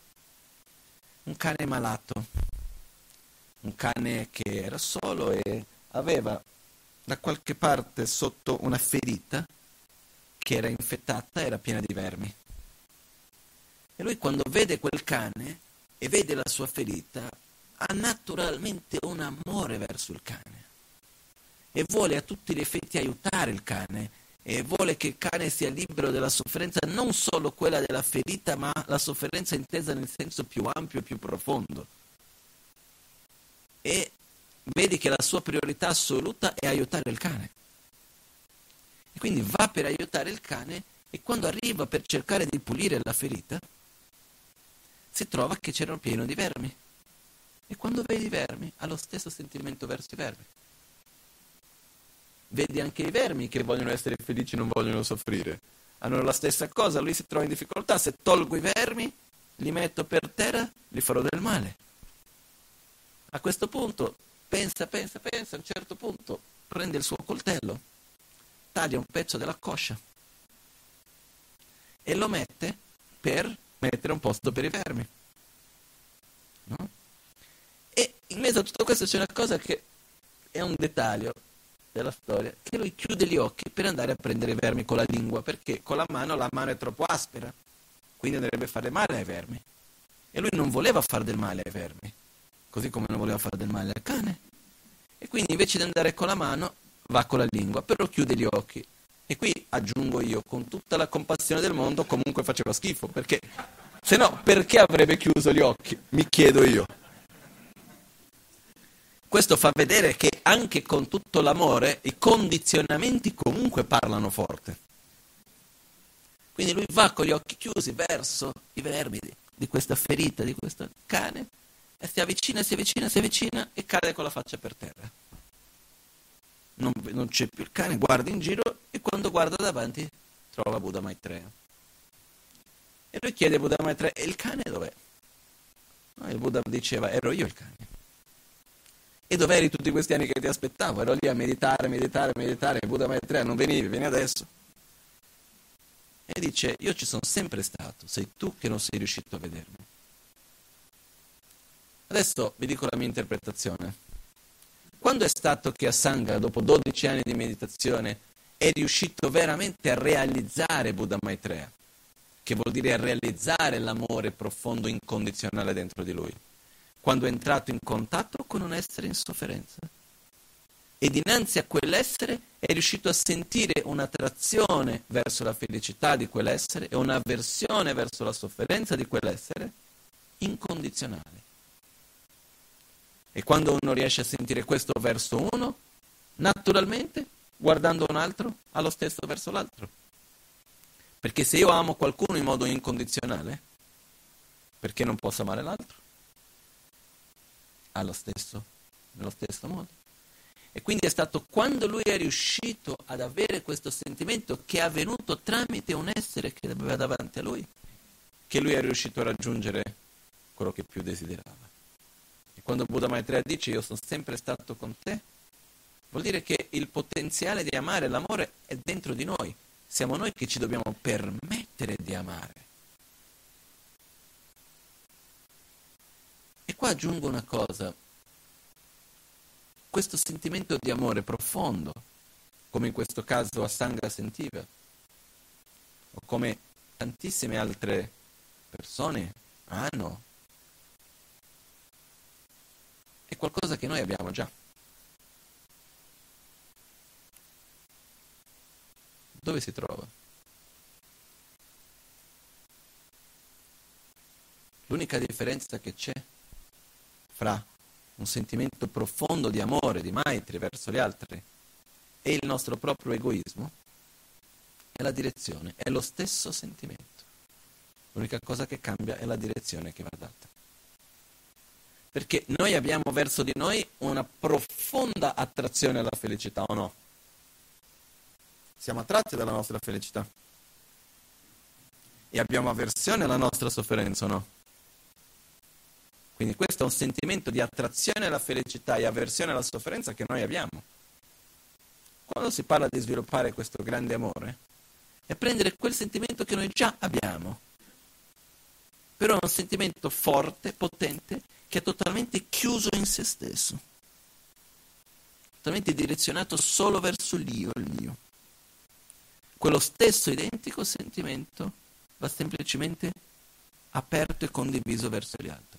malato, un cane che era solo e aveva da qualche parte sotto una ferita che era infettata, era piena di vermi. E lui quando vede quel cane e vede la sua ferita, ha naturalmente un amore verso il cane e vuole a tutti gli effetti aiutare il cane e vuole che il cane sia libero dalla sofferenza, non solo quella della ferita, ma la sofferenza intesa nel senso più ampio e più profondo. E vedi che la sua priorità assoluta è aiutare il cane. E quindi va per aiutare il cane e quando arriva per cercare di pulire la ferita, si trova che c'erano pieno di vermi. E quando vedi i vermi, ha lo stesso sentimento verso i vermi. Vedi anche i vermi che vogliono essere felici, non vogliono soffrire. Hanno la stessa cosa, lui si trova in difficoltà. Se tolgo i vermi, li metto per terra, li farò del male. A questo punto, pensa, a un certo punto prende il suo coltello, taglia un pezzo della coscia e lo mette per mettere un posto per i vermi. No? E in mezzo a tutto questo c'è una cosa che è un dettaglio della storia, che lui chiude gli occhi per andare a prendere i vermi con la lingua, perché con la mano è troppo aspera, quindi andrebbe a fare male ai vermi. E lui non voleva fare del male ai vermi, così come non voleva fare del male al cane. E quindi invece di andare con la mano, va con la lingua, però chiude gli occhi. E qui aggiungo io, con tutta la compassione del mondo, comunque faceva schifo, perché se no, perché avrebbe chiuso gli occhi? Mi chiedo io. Questo fa vedere che anche con tutto l'amore i condizionamenti comunque parlano forte. Quindi lui va con gli occhi chiusi verso i vermi di questa ferita, di questo cane, e si avvicina e cade con la faccia per terra. Non c'è più il cane, guarda in giro e quando guarda davanti trova Buddha Maitreya. E lui chiede a Buddha Maitreya, e il cane dov'è? No, il Buddha diceva, ero io il cane. E dov'eri tutti questi anni che ti aspettavo? Ero lì a meditare, Buddha Maitreya, non venivi, vieni adesso. E dice, io ci sono sempre stato, sei tu che non sei riuscito a vedermi. Adesso vi dico la mia interpretazione. Quando è stato che Asanga, dopo 12 anni di meditazione, è riuscito veramente a realizzare Buddha Maitreya, che vuol dire realizzare l'amore profondo incondizionale dentro di lui? Quando è entrato in contatto con un essere in sofferenza. E dinanzi a quell'essere è riuscito a sentire un'attrazione verso la felicità di quell'essere e un'avversione verso la sofferenza di quell'essere incondizionale. E quando uno riesce a sentire questo verso uno, naturalmente, guardando un altro, ha lo stesso verso l'altro. Perché se io amo qualcuno in modo incondizionale, perché non posso amare l'altro? Nello stesso modo. E quindi è stato quando lui è riuscito ad avere questo sentimento che è avvenuto tramite un essere che aveva davanti a lui, che lui è riuscito a raggiungere quello che più desiderava. E quando Buddha Maitreya dice io sono sempre stato con te, vuol dire che il potenziale di amare, l'amore è dentro di noi. Siamo noi che ci dobbiamo permettere di amare. E qua aggiungo una cosa. Questo sentimento di amore profondo, come in questo caso Asanga sentiva, o come tantissime altre persone hanno, è qualcosa che noi abbiamo già. Dove si trova? L'unica differenza che c'è fra un sentimento profondo di amore, di Maitri verso gli altri e il nostro proprio egoismo è la direzione, è lo stesso sentimento. L'unica cosa che cambia è la direzione che va data. Perché noi abbiamo verso di noi una profonda attrazione alla felicità, o no? Siamo attratti dalla nostra felicità. E abbiamo avversione alla nostra sofferenza, o no? Quindi questo è un sentimento di attrazione alla felicità e avversione alla sofferenza che noi abbiamo. Quando si parla di sviluppare questo grande amore, è prendere quel sentimento che noi già abbiamo, però è un sentimento forte, potente, che è totalmente chiuso in se stesso, totalmente direzionato solo verso l'io, l'io. Quello stesso identico sentimento va semplicemente aperto e condiviso verso gli altri.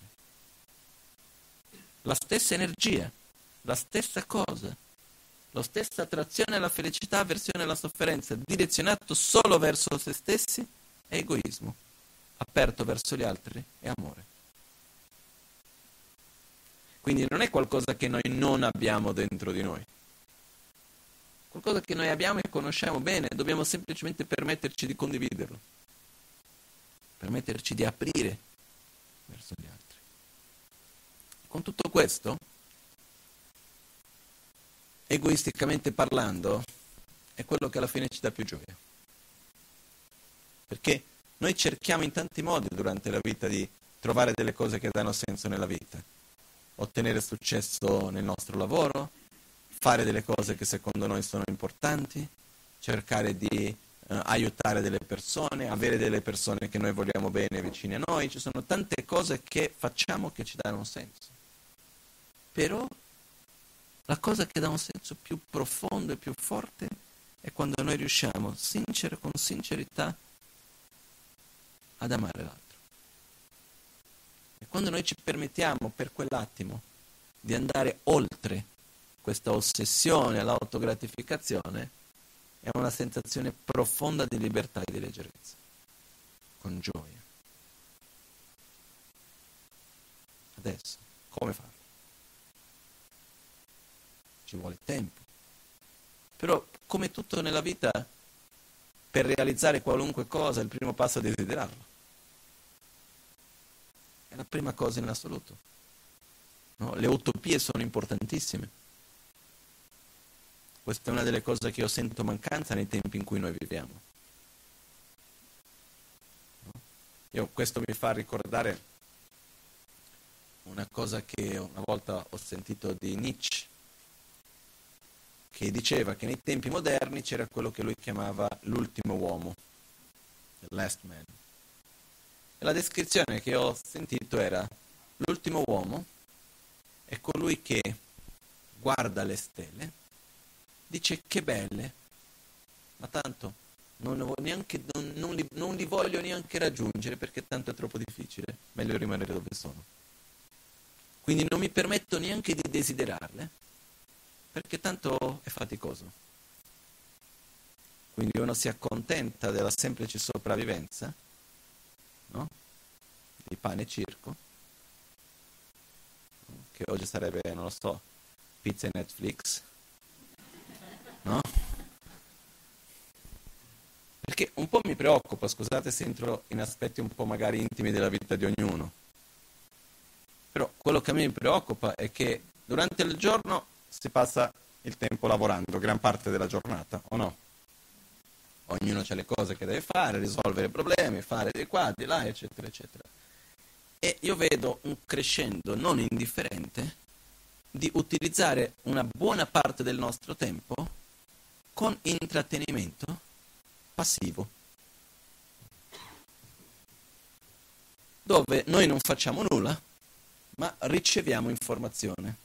La stessa energia, la stessa cosa, la stessa attrazione alla felicità, avversione alla sofferenza, direzionato solo verso se stessi, è egoismo, aperto verso gli altri è amore. Quindi non è qualcosa che noi non abbiamo dentro di noi. Qualcosa che noi abbiamo e conosciamo bene, dobbiamo semplicemente permetterci di condividerlo, permetterci di aprire verso gli altri. Con tutto questo, egoisticamente parlando, è quello che alla fine ci dà più gioia. Perché noi cerchiamo in tanti modi durante la vita di trovare delle cose che danno senso nella vita. Ottenere successo nel nostro lavoro, fare delle cose che secondo noi sono importanti, cercare di aiutare delle persone, avere delle persone che noi vogliamo bene vicine a noi. Ci sono tante cose che facciamo che ci danno senso. Però la cosa che dà un senso più profondo e più forte è quando noi riusciamo, con sincerità, ad amare l'altro. E quando noi ci permettiamo per quell'attimo di andare oltre questa ossessione all'autogratificazione, è una sensazione profonda di libertà e di leggerezza, con gioia. Adesso, come farlo? Ci vuole tempo. Però, come tutto nella vita, per realizzare qualunque cosa, il primo passo è desiderarlo. È la prima cosa in assoluto. No? Le utopie sono importantissime. Questa è una delle cose che io sento mancanza nei tempi in cui noi viviamo. No? Questo mi fa ricordare una cosa che una volta ho sentito di Nietzsche, che diceva che nei tempi moderni c'era quello che lui chiamava l'ultimo uomo, the last man. E la descrizione che ho sentito era: l'ultimo uomo è colui che guarda le stelle, dice che belle, ma tanto non li voglio neanche raggiungere perché tanto è troppo difficile, meglio rimanere dove sono. Quindi non mi permetto neanche di desiderarle, perché tanto è faticoso. Quindi uno si accontenta della semplice sopravvivenza, no? Di pane e circo, che oggi sarebbe, non lo so, pizza e Netflix, no? Perché un po' mi preoccupa, scusate se entro in aspetti un po' magari intimi della vita di ognuno, però quello che a me mi preoccupa è che durante il giorno si passa il tempo lavorando, gran parte della giornata, o no? Ognuno ha le cose che deve fare, risolvere problemi, fare di qua, di là, eccetera, eccetera. E io vedo un crescendo non indifferente di utilizzare una buona parte del nostro tempo con intrattenimento passivo, dove noi non facciamo nulla, ma riceviamo informazione.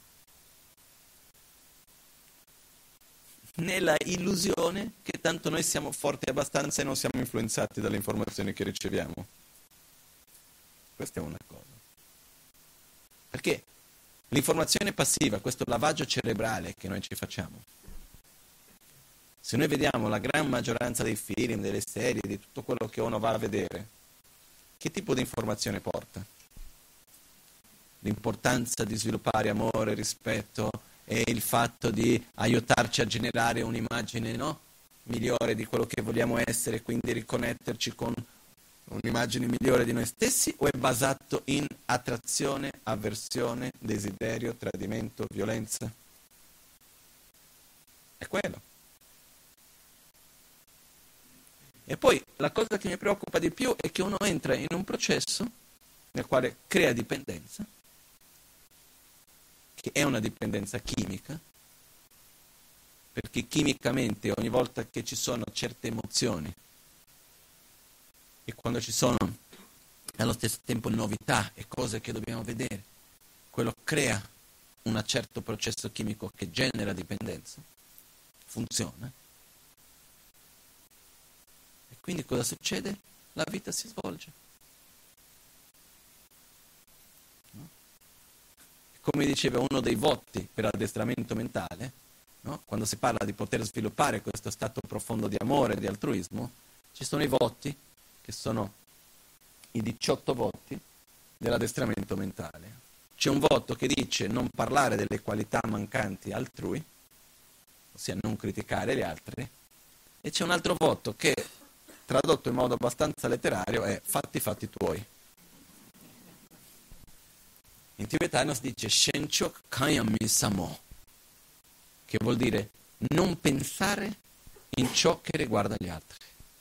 Nella illusione che tanto noi siamo forti abbastanza e non siamo influenzati dalle informazioni che riceviamo. Questa è una cosa. Perché l'informazione passiva, questo lavaggio cerebrale che noi ci facciamo, se noi vediamo la gran maggioranza dei film, delle serie, di tutto quello che uno va a vedere, che tipo di informazione porta? L'importanza di sviluppare amore, rispetto e il fatto di aiutarci a generare un'immagine, no? Migliore di quello che vogliamo essere, quindi riconnetterci con un'immagine migliore di noi stessi, o è basato in attrazione, avversione, desiderio, tradimento, violenza? È quello. E poi la cosa che mi preoccupa di più è che uno entra in un processo nel quale crea dipendenza, che è una dipendenza chimica, perché chimicamente ogni volta che ci sono certe emozioni e quando ci sono allo stesso tempo novità e cose che dobbiamo vedere, quello crea un certo processo chimico che genera dipendenza, funziona. E quindi cosa succede? La vita si svolge. No? Come diceva uno dei voti per addestramento mentale, no? Quando si parla di poter sviluppare questo stato profondo di amore e di altruismo, ci sono i voti, che sono i 18 voti dell'addestramento mentale. C'è un voto che dice non parlare delle qualità mancanti altrui, ossia non criticare gli altri, e c'è un altro voto che, tradotto in modo abbastanza letterario, è fatti i fatti tuoi. In tibetano si dice Shenchok Kayami Samo, che vuol dire non pensare in ciò che riguarda gli altri.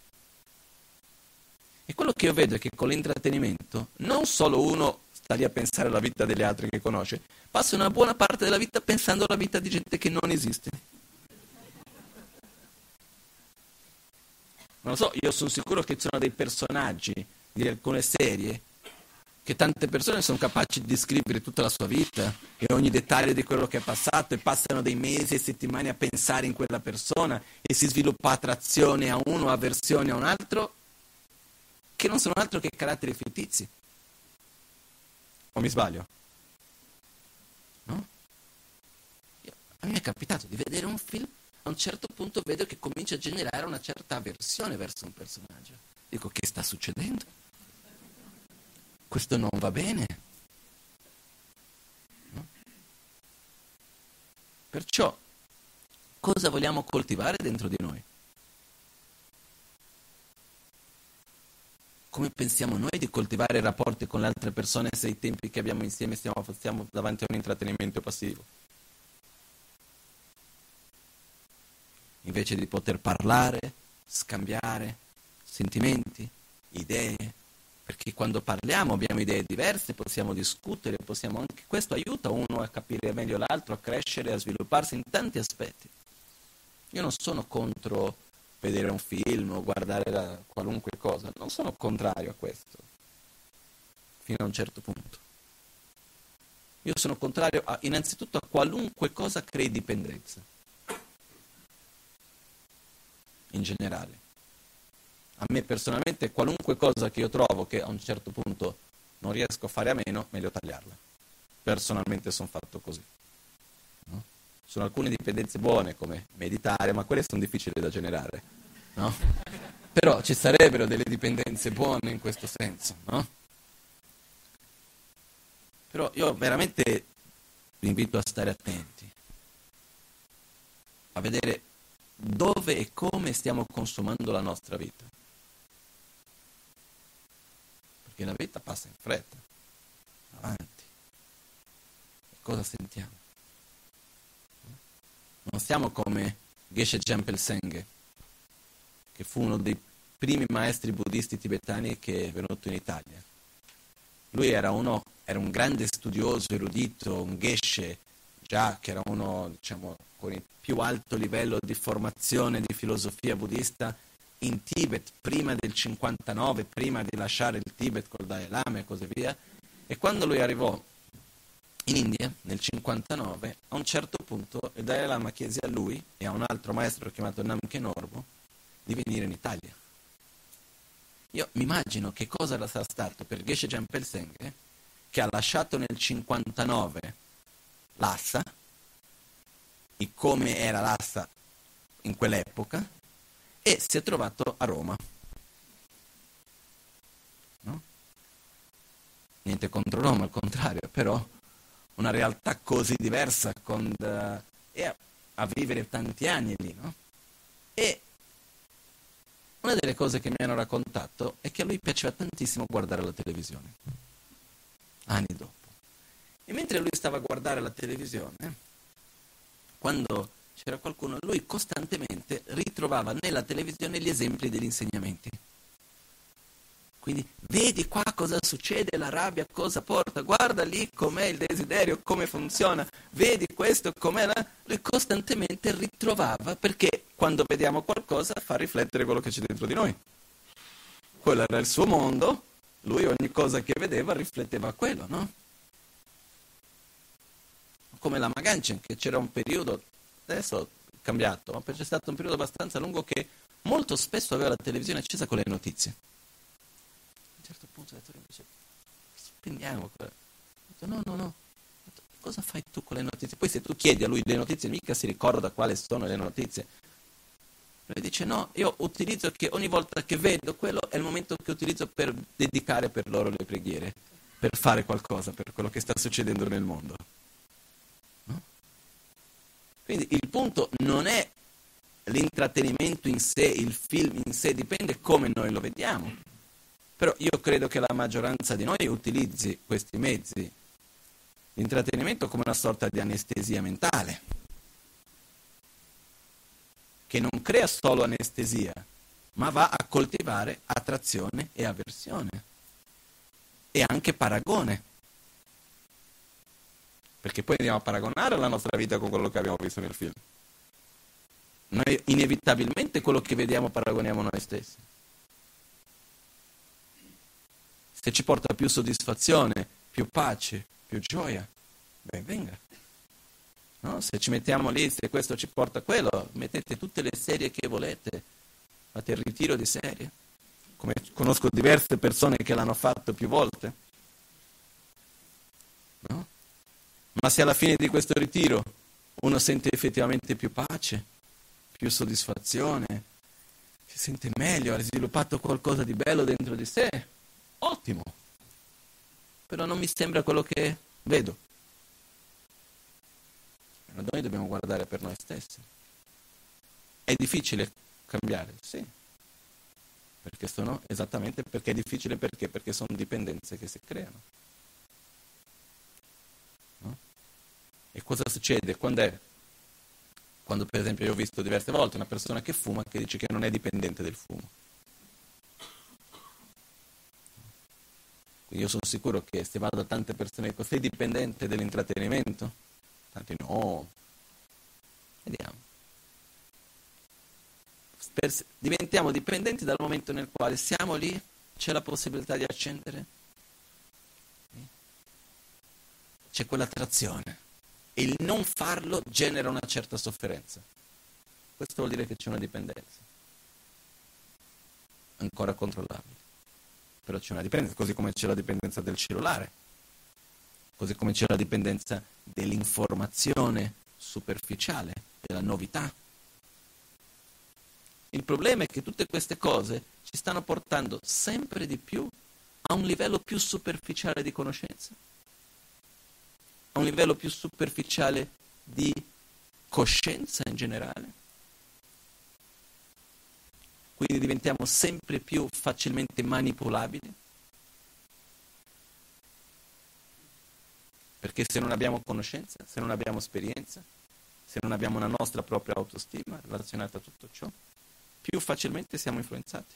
E quello che io vedo è che con l'intrattenimento non solo uno sta lì a pensare alla vita degli altri che conosce, passa una buona parte della vita pensando alla vita di gente che non esiste. Non lo so, io sono sicuro che ci sono dei personaggi di alcune serie che tante persone sono capaci di descrivere tutta la sua vita e ogni dettaglio di quello che è passato e passano dei mesi e settimane a pensare in quella persona e si sviluppa attrazione a uno, avversione a un altro, che non sono altro che caratteri fittizi. O mi sbaglio? No? A me è capitato di vedere un film, a un certo punto vedo che comincia a generare una certa avversione verso un personaggio. Dico, che sta succedendo? Questo non va bene. No? Perciò, cosa vogliamo coltivare dentro di noi? Come pensiamo noi di coltivare rapporti con le altre persone se i tempi che abbiamo insieme stiamo davanti a un intrattenimento passivo? Invece di poter parlare, scambiare sentimenti, idee, perché quando parliamo abbiamo idee diverse, possiamo discutere, anche questo aiuta uno a capire meglio l'altro, a crescere, a svilupparsi in tanti aspetti. Io non sono contro vedere un film o guardare qualunque cosa, non sono contrario a questo, fino a un certo punto. Io sono contrario innanzitutto a qualunque cosa crei dipendenza, in generale. A me personalmente qualunque cosa che io trovo che a un certo punto non riesco a fare a meno, meglio tagliarla. Personalmente sono fatto così. No? Sono alcune dipendenze buone come meditare, ma quelle sono difficili da generare. No? Però ci sarebbero delle dipendenze buone in questo senso. No? Però io veramente vi invito a stare attenti, a vedere dove e come stiamo consumando la nostra vita. Perché la vita passa in fretta, avanti. E cosa sentiamo? Non siamo come Geshe Jambel Senghe, che fu uno dei primi maestri buddisti tibetani che è venuto in Italia. Lui era un grande studioso, erudito, un Geshe, già che era uno, diciamo, con il più alto livello di formazione di filosofia buddista in Tibet, prima del 59, prima di lasciare il Tibet col Dalai Lama e così via. E quando lui arrivò in India, nel 59, a un certo punto il Dalai Lama chiese a lui e a un altro maestro chiamato Namkhen Norbu di venire in Italia. Io mi immagino che cosa sarà stato per Geshe Jambel Senghe, che ha lasciato nel 59 Lhasa, e come era Lhasa in quell'epoca, e si è trovato a Roma. No? Niente contro Roma, al contrario, però una realtà così diversa e a vivere tanti anni lì, no? E una delle cose che mi hanno raccontato è che a lui piaceva tantissimo guardare la televisione, anni dopo. E mentre lui stava a guardare la televisione, quando c'era qualcuno, lui costantemente ritrovava nella televisione gli esempi degli insegnamenti. Quindi vedi qua cosa succede, la rabbia cosa porta, guarda lì com'è il desiderio, come funziona, vedi questo com'è la... Lui costantemente ritrovava, perché quando vediamo qualcosa fa riflettere quello che c'è dentro di noi. Quello era il suo mondo, lui ogni cosa che vedeva rifletteva quello, no? Come la Maganchen, che c'era un periodo, adesso è cambiato, ma c'è stato un periodo abbastanza lungo che molto spesso aveva la televisione accesa con le notizie. A un certo punto il lettore dice, spegniamo quella. No, cosa fai tu con le notizie? Poi se tu chiedi a lui le notizie, mica si ricorda quali sono le notizie. Lui dice, no, io utilizzo che ogni volta che vedo quello è il momento che utilizzo per dedicare per loro le preghiere, per fare qualcosa per quello che sta succedendo nel mondo. No? Quindi il punto non è l'intrattenimento in sé, il film in sé, dipende come noi lo vediamo. Però io credo che la maggioranza di noi utilizzi questi mezzi di intrattenimento come una sorta di anestesia mentale, che non crea solo anestesia, ma va a coltivare attrazione e avversione e anche paragone. Perché poi andiamo a paragonare la nostra vita con quello che abbiamo visto nel film. Noi inevitabilmente quello che vediamo paragoniamo noi stessi. Se ci porta più soddisfazione, più pace, più gioia, ben venga. No? Se ci mettiamo lì, se questo ci porta a quello, mettete tutte le serie che volete, fate il ritiro di serie. Come conosco diverse persone che l'hanno fatto più volte. No? Ma se alla fine di questo ritiro uno sente effettivamente più pace, più soddisfazione, si sente meglio, ha sviluppato qualcosa di bello dentro di sé, ottimo. Però non mi sembra quello che vedo. Noi dobbiamo guardare per noi stessi. È difficile cambiare? Sì. Perché sono, esattamente perché è difficile, perché? Perché sono dipendenze che si creano. No? E cosa succede? Quando per esempio io ho visto diverse volte una persona che fuma che dice che non è dipendente del fumo. Quindi io sono sicuro che se vado da tante persone e dico sei dipendente dell'intrattenimento? Tanti no. Vediamo. Diventiamo dipendenti dal momento nel quale siamo lì, c'è la possibilità di accendere, c'è quell'attrazione e il non farlo genera una certa sofferenza. Questo vuol dire che c'è una dipendenza ancora controllabile, però c'è una dipendenza, così come c'è la dipendenza del cellulare, così come c'è la dipendenza dell'informazione superficiale, della novità. Il problema è che tutte queste cose ci stanno portando sempre di più a un livello più superficiale di conoscenza, a un livello più superficiale di coscienza in generale. Quindi diventiamo sempre più facilmente manipolabili, perché se non abbiamo conoscenza, se non abbiamo esperienza, se non abbiamo una nostra propria autostima relazionata a tutto ciò, più facilmente siamo influenzati.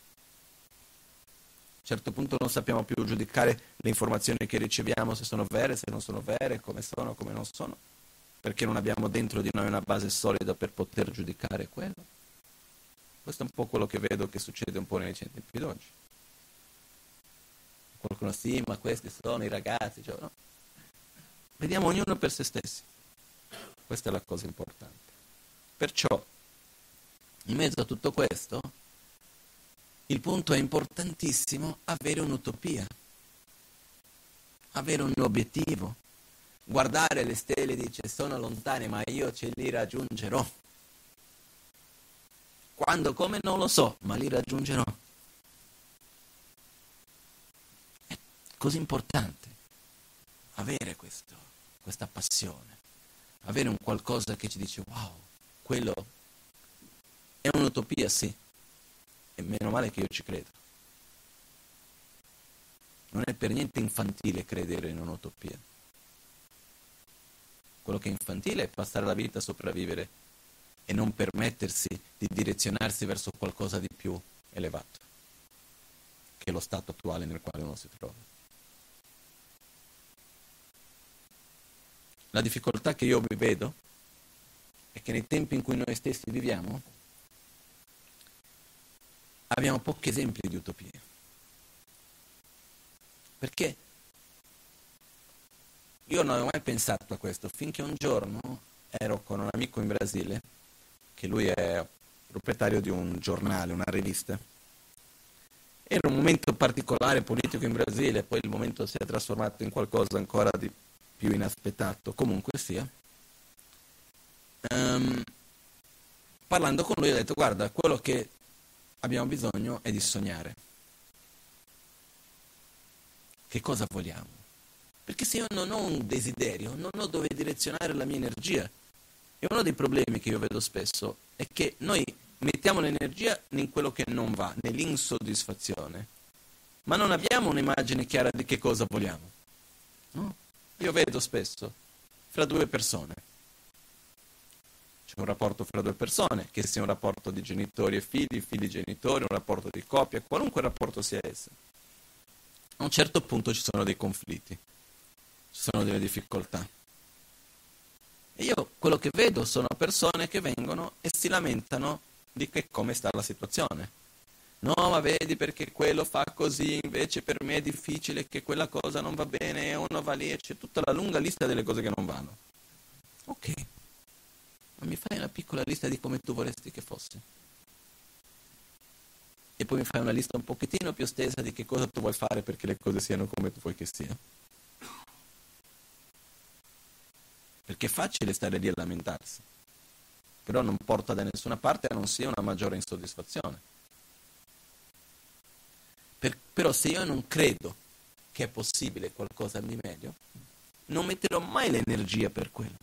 A un certo punto non sappiamo più giudicare le informazioni che riceviamo, se sono vere, se non sono vere, come sono, come non sono, perché non abbiamo dentro di noi una base solida per poter giudicare quello. Questo è un po' quello che vedo che succede un po' nei centri d'oggi. Qualcuno sì, ma questi sono i ragazzi, cioè, no? Vediamo ognuno per se stessi. Questa è la cosa importante. Perciò, in mezzo a tutto questo, il punto è importantissimo avere un'utopia, avere un obiettivo, guardare le stelle e dice sono lontane ma io ce li raggiungerò. Quando, come non lo so, ma li raggiungerò. È così importante avere questa passione, avere un qualcosa che ci dice wow, quello è un'utopia, sì, e meno male che io ci credo. Non è per niente infantile credere in un'utopia. Quello che è infantile è passare la vita a sopravvivere e non permettersi di direzionarsi verso qualcosa di più elevato. che è lo stato attuale nel quale uno si trova. La difficoltà che io vi vedo è che nei tempi in cui noi stessi viviamo abbiamo pochi esempi di utopie. Perché io non avevo mai pensato a questo, finché un giorno ero con un amico in Brasile, che lui è proprietario di un giornale, una rivista. Era un momento particolare politico in Brasile, poi il momento si è trasformato in qualcosa ancora di più inaspettato, comunque sia. Parlando con lui ho detto: guarda, quello che abbiamo bisogno è di sognare. Che cosa vogliamo? Perché se io non ho un desiderio, non ho dove direzionare la mia energia. E uno dei problemi che io vedo spesso è che noi mettiamo l'energia in quello che non va, nell'insoddisfazione, ma non abbiamo un'immagine chiara di che cosa vogliamo. No? Io vedo spesso fra due persone. C'è un rapporto fra due persone, che sia un rapporto di genitori e figli genitori, un rapporto di coppia, qualunque rapporto sia esso. A un certo punto ci sono dei conflitti, ci sono delle difficoltà. E io quello che vedo sono persone che vengono e si lamentano di che come sta la situazione. No, ma vedi perché quello fa così, invece per me è difficile che quella cosa non va bene, e uno va lì e c'è tutta la lunga lista delle cose che non vanno. Ok, ma mi fai una piccola lista di come tu vorresti che fosse? E poi mi fai una lista un pochettino più estesa di che cosa tu vuoi fare perché le cose siano come tu vuoi che siano. Perché è facile stare lì a lamentarsi, però non porta da nessuna parte a non sia una maggiore insoddisfazione. Però se io non credo che è possibile qualcosa di meglio, non metterò mai l'energia per quello.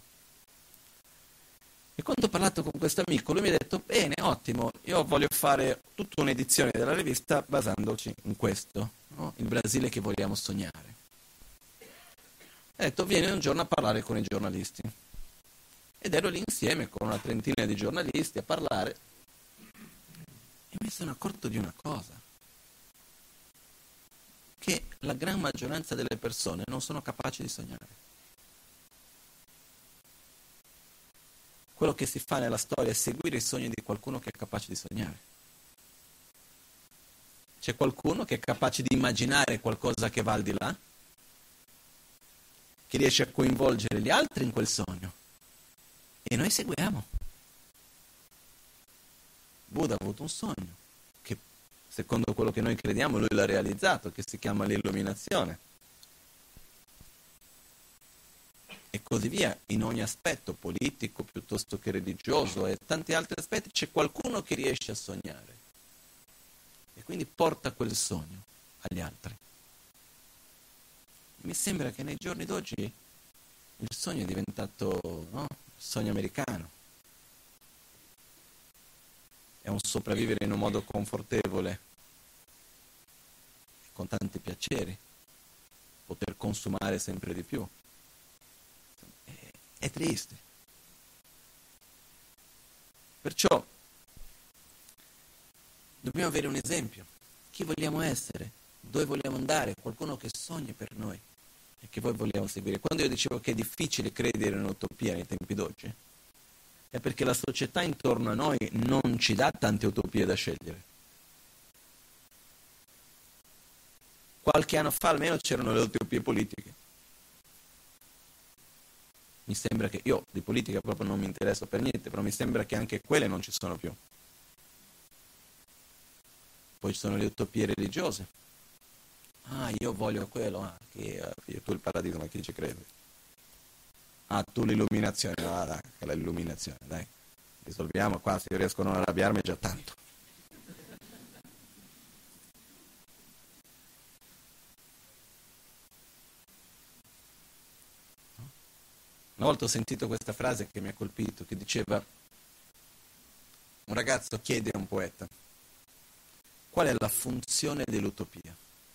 E quando ho parlato con questo amico, lui mi ha detto: bene, ottimo, io voglio fare tutta un'edizione della rivista basandoci in questo, no? Il Brasile che vogliamo sognare. Ha detto: vieni un giorno a parlare con i giornalisti. Ed ero lì insieme con una trentina di giornalisti a parlare e mi sono accorto di una cosa, che la gran maggioranza delle persone non sono capaci di sognare. Quello che si fa nella storia è seguire i sogni di qualcuno che è capace di sognare. C'è qualcuno che è capace di immaginare qualcosa che va al di là, che riesce a coinvolgere gli altri in quel sogno. E noi seguiamo. Buddha ha avuto un sogno, che secondo quello che noi crediamo lui l'ha realizzato, che si chiama l'illuminazione. E così via, in ogni aspetto, politico piuttosto che religioso e tanti altri aspetti, c'è qualcuno che riesce a sognare. E quindi porta quel sogno agli altri. Mi sembra che nei giorni d'oggi il sogno è diventato, no? Il sogno americano. È un sopravvivere in un modo confortevole, con tanti piaceri, poter consumare sempre di più. È triste. Perciò dobbiamo avere un esempio. Chi vogliamo essere? Dove vogliamo andare? Qualcuno che sogni per noi e che voi vogliamo seguire. Quando io dicevo che è difficile credere in un'utopia nei tempi d'oggi, è perché la società intorno a noi non ci dà tante utopie da scegliere. Qualche anno fa almeno c'erano le utopie politiche. Mi sembra che io di politica proprio non mi interesso per niente, però mi sembra che anche quelle non ci sono più. Poi ci sono le utopie religiose. Ah, io voglio quello, tu il paradiso, ma chi ci crede? Ah, tu l'illuminazione, no, dai, l'illuminazione, dai. Risolviamo qua, se io riesco a non arrabbiarmi è già tanto. Una volta ho sentito questa frase che mi ha colpito, che diceva: un ragazzo chiede a un poeta: qual è la funzione dell'utopia?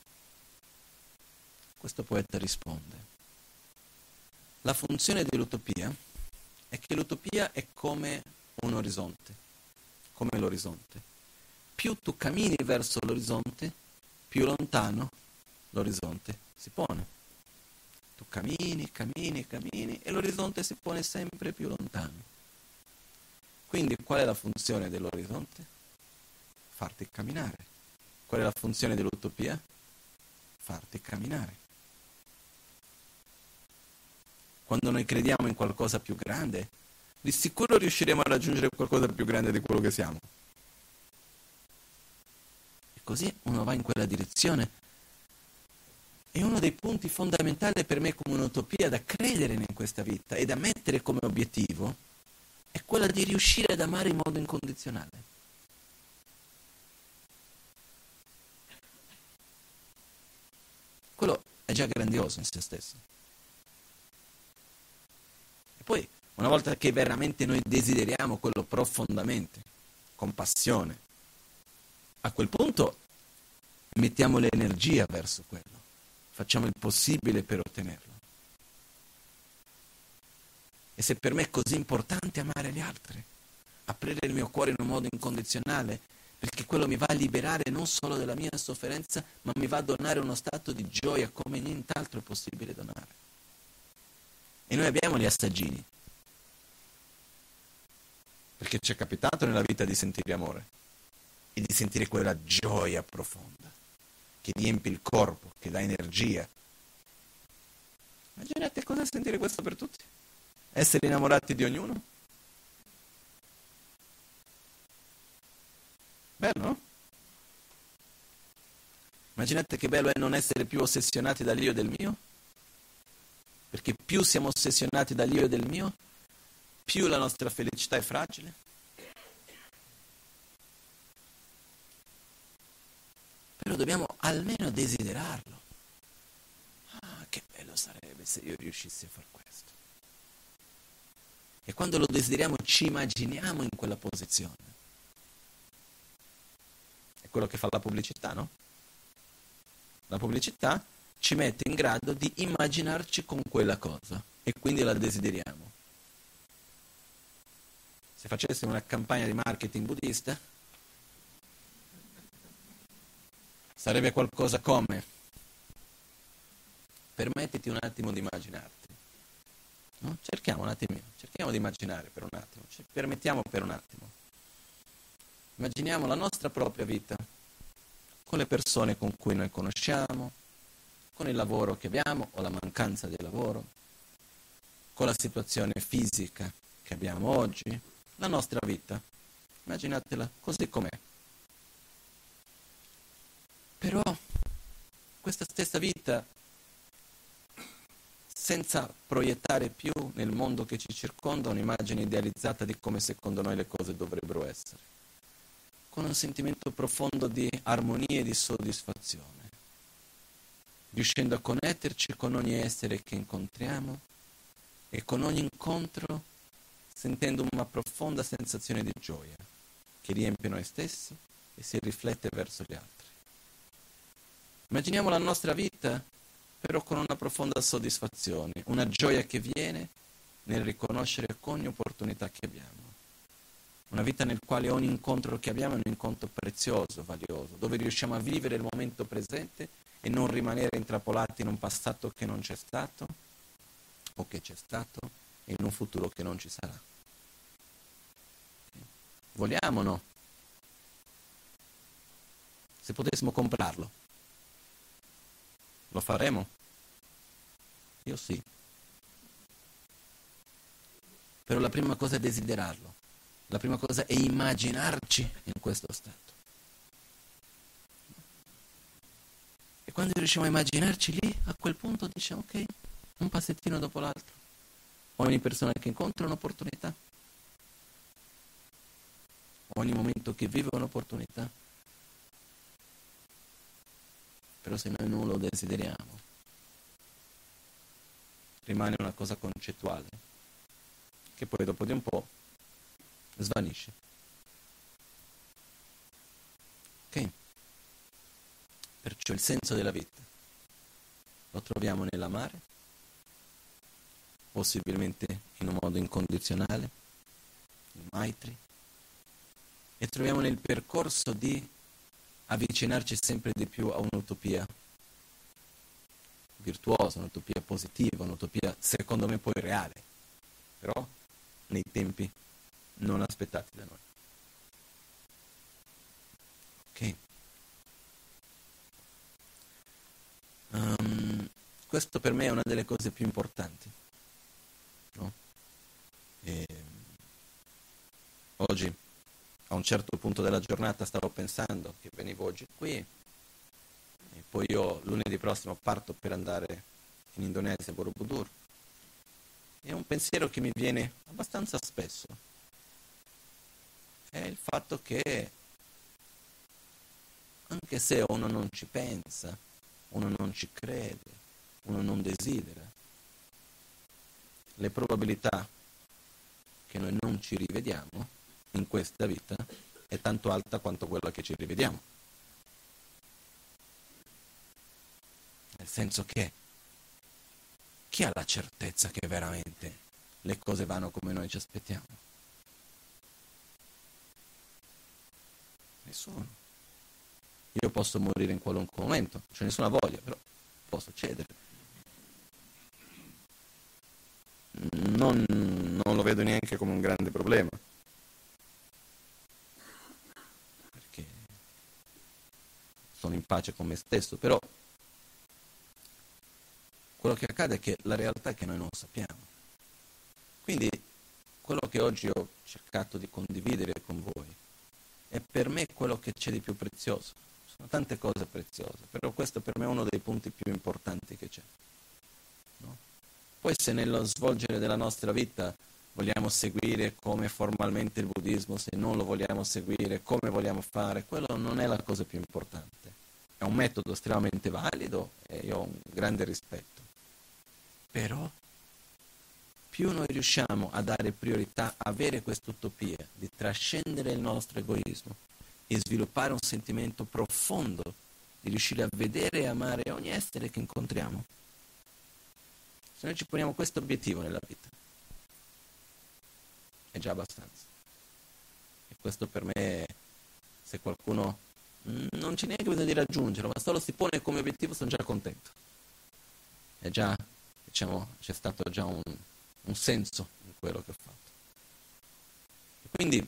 Questo poeta risponde: la funzione dell'utopia è che l'utopia è come un orizzonte, come l'orizzonte. Più tu cammini verso l'orizzonte, più lontano l'orizzonte si pone. Tu cammini e l'orizzonte si pone sempre più lontano. Quindi qual è la funzione dell'orizzonte? Farti camminare. Qual è la funzione dell'utopia? Farti camminare. Quando noi crediamo in qualcosa più grande, di sicuro riusciremo a raggiungere qualcosa più grande di quello che siamo. E così uno va in quella direzione. E uno dei punti fondamentali per me come un'utopia da credere in questa vita e da mettere come obiettivo è quella di riuscire ad amare in modo incondizionale. Quello è già grandioso in se stesso. E poi, una volta che veramente noi desideriamo quello profondamente, con passione, a quel punto mettiamo l'energia verso quello, facciamo il possibile per ottenerlo. E se per me è così importante amare gli altri, aprire il mio cuore in un modo incondizionale, perché quello mi va a liberare non solo dalla mia sofferenza, ma mi va a donare uno stato di gioia come nient'altro è possibile donare. E noi abbiamo gli assaggini, perché ci è capitato nella vita di sentire amore e di sentire quella gioia profonda che riempie il corpo, che dà energia. Immaginate cosa sentire questo per tutti? Essere innamorati di ognuno? Bello, no? Immaginate che bello è non essere più ossessionati dall'io e del mio, perché più siamo ossessionati dall'io e del mio, più la nostra felicità è fragile. Però dobbiamo almeno desiderarlo. Ah, che bello sarebbe se io riuscissi a fare questo. E quando lo desideriamo ci immaginiamo in quella posizione. È quello che fa la pubblicità, no? La pubblicità ci mette in grado di immaginarci con quella cosa e quindi la desideriamo. Se facessimo una campagna di marketing buddista, sarebbe qualcosa come: permettiti un attimo di immaginarti. No? Cerchiamo di immaginare per un attimo, ci permettiamo per un attimo. Immaginiamo la nostra propria vita, con le persone con cui noi conosciamo, con il lavoro che abbiamo o la mancanza di lavoro, con la situazione fisica che abbiamo oggi, la nostra vita. Immaginatela così com'è. Però questa stessa vita, senza proiettare più nel mondo che ci circonda un'immagine idealizzata di come secondo noi le cose dovrebbero essere, con un sentimento profondo di armonia e di soddisfazione, riuscendo a connetterci con ogni essere che incontriamo e con ogni incontro sentendo una profonda sensazione di gioia che riempie noi stessi e si riflette verso gli altri. Immaginiamo la nostra vita però con una profonda soddisfazione, una gioia che viene nel riconoscere ogni opportunità che abbiamo. Una vita nel quale ogni incontro che abbiamo è un incontro prezioso, valioso, dove riusciamo a vivere il momento presente e non rimanere intrappolati in un passato che non c'è stato o che c'è stato e in un futuro che non ci sarà. Vogliamo o no? Se potessimo comprarlo, lo faremo? Io sì. Però la prima cosa è desiderarlo. La prima cosa è immaginarci in questo stato. E quando riusciamo a immaginarci lì, a quel punto diciamo ok, un passettino dopo l'altro. Ogni persona che incontra un'opportunità. Ogni momento che vive un'opportunità. Però se noi non lo desideriamo, rimane una cosa concettuale, che poi dopo di un po' svanisce. Ok? Perciò il senso della vita lo troviamo nell'amare, possibilmente in un modo incondizionale, il Maitri, e troviamo nel percorso di avvicinarci sempre di più a un'utopia virtuosa, un'utopia positiva, un'utopia secondo me poi reale, però nei tempi non aspettati da noi. Ok? Questo per me è una delle cose più importanti, no? E oggi, a un certo punto della giornata, stavo pensando che venivo oggi qui e poi io lunedì prossimo parto per andare in Indonesia, a Borobudur. E un pensiero che mi viene abbastanza spesso è il fatto che anche se uno non ci pensa, uno non ci crede, uno non desidera, le probabilità che noi non ci rivediamo in questa vita è tanto alta quanto quella che ci rivediamo. Nel senso che chi ha la certezza che veramente le cose vanno come noi ci aspettiamo? Nessuno. Io posso morire in qualunque momento, non c'è nessuna voglia, però può succedere. Non lo vedo neanche come un grande problema, perché sono in pace con me stesso, però quello che accade è che la realtà è che noi non sappiamo. Quindi quello che oggi ho cercato di condividere con voi è per me quello che c'è di più prezioso. Sono tante cose preziose, però questo per me è uno dei punti più importanti che c'è. No? Poi se nello svolgere della nostra vita vogliamo seguire come formalmente il buddismo, se non lo vogliamo seguire, come vogliamo fare, quello non è la cosa più importante. È un metodo estremamente valido e io ho un grande rispetto. Però più noi riusciamo a dare priorità, a avere quest'utopia di trascendere il nostro egoismo e sviluppare un sentimento profondo di riuscire a vedere e amare ogni essere che incontriamo. Se noi ci poniamo questo obiettivo nella vita, è già abbastanza. E questo per me, se qualcuno non c'è neanche bisogno di raggiungerlo, ma solo si pone come obiettivo, sono già contento. È già, diciamo, c'è stato già un senso in quello che ho fatto. E quindi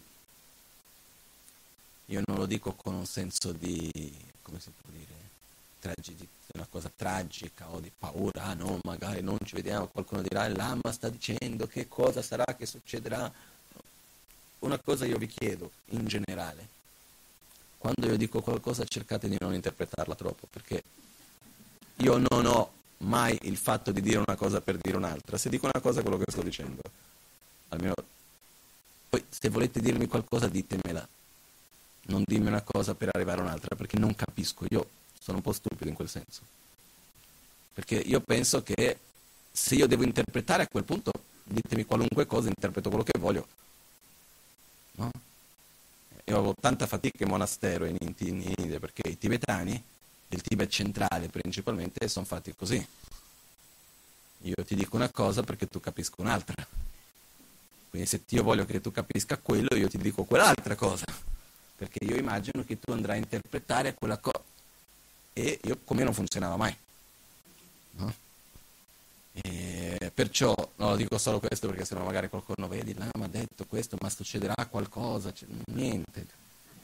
io non lo dico con un senso di, come si può dire, una cosa tragica o di paura, ah no, magari non ci vediamo, qualcuno dirà, il Lama sta dicendo che cosa sarà, che succederà. Una cosa io vi chiedo, in generale, quando io dico qualcosa cercate di non interpretarla troppo, perché io non ho mai il fatto di dire una cosa per dire un'altra. Se dico una cosa è quello che sto dicendo. Almeno poi se volete dirmi qualcosa ditemela. Non dimmi una cosa per arrivare a un'altra, perché non capisco. Io sono un po' stupido in quel senso. Perché io penso che se io devo interpretare a quel punto, ditemi qualunque cosa, interpreto quello che voglio. No? Io avevo tanta fatica in monastero in India, perché i tibetani, il Tibet centrale principalmente, sono fatti così. Io ti dico una cosa perché tu capisca un'altra. Quindi se io voglio che tu capisca quello, io ti dico quell'altra cosa. Perché io immagino che tu andrai a interpretare quella cosa. E io con me non funzionava mai. No? E perciò non lo dico solo questo perché sennò magari qualcuno vedi, là, ma ha detto questo, ma succederà qualcosa. Niente.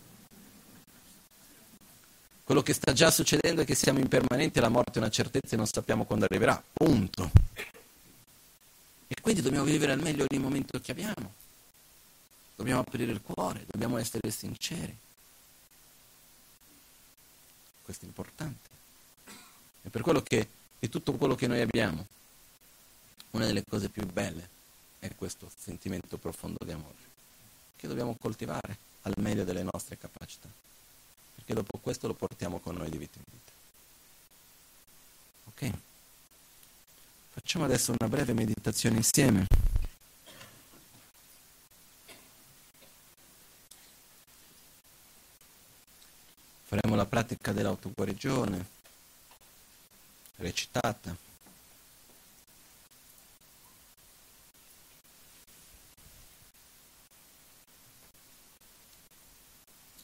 Quello che sta già succedendo è che siamo impermanenti, la morte è una certezza e non sappiamo quando arriverà. Punto. E quindi dobbiamo vivere al meglio ogni momento che abbiamo. Dobbiamo aprire il cuore, dobbiamo essere sinceri. Questo è importante. E per quello che di tutto quello che noi abbiamo, una delle cose più belle è questo sentimento profondo di amore, che dobbiamo coltivare al meglio delle nostre capacità, perché dopo questo lo portiamo con noi di vita in vita. Ok? Facciamo adesso una breve meditazione insieme. Faremo la pratica dell'autoguarigione recitata.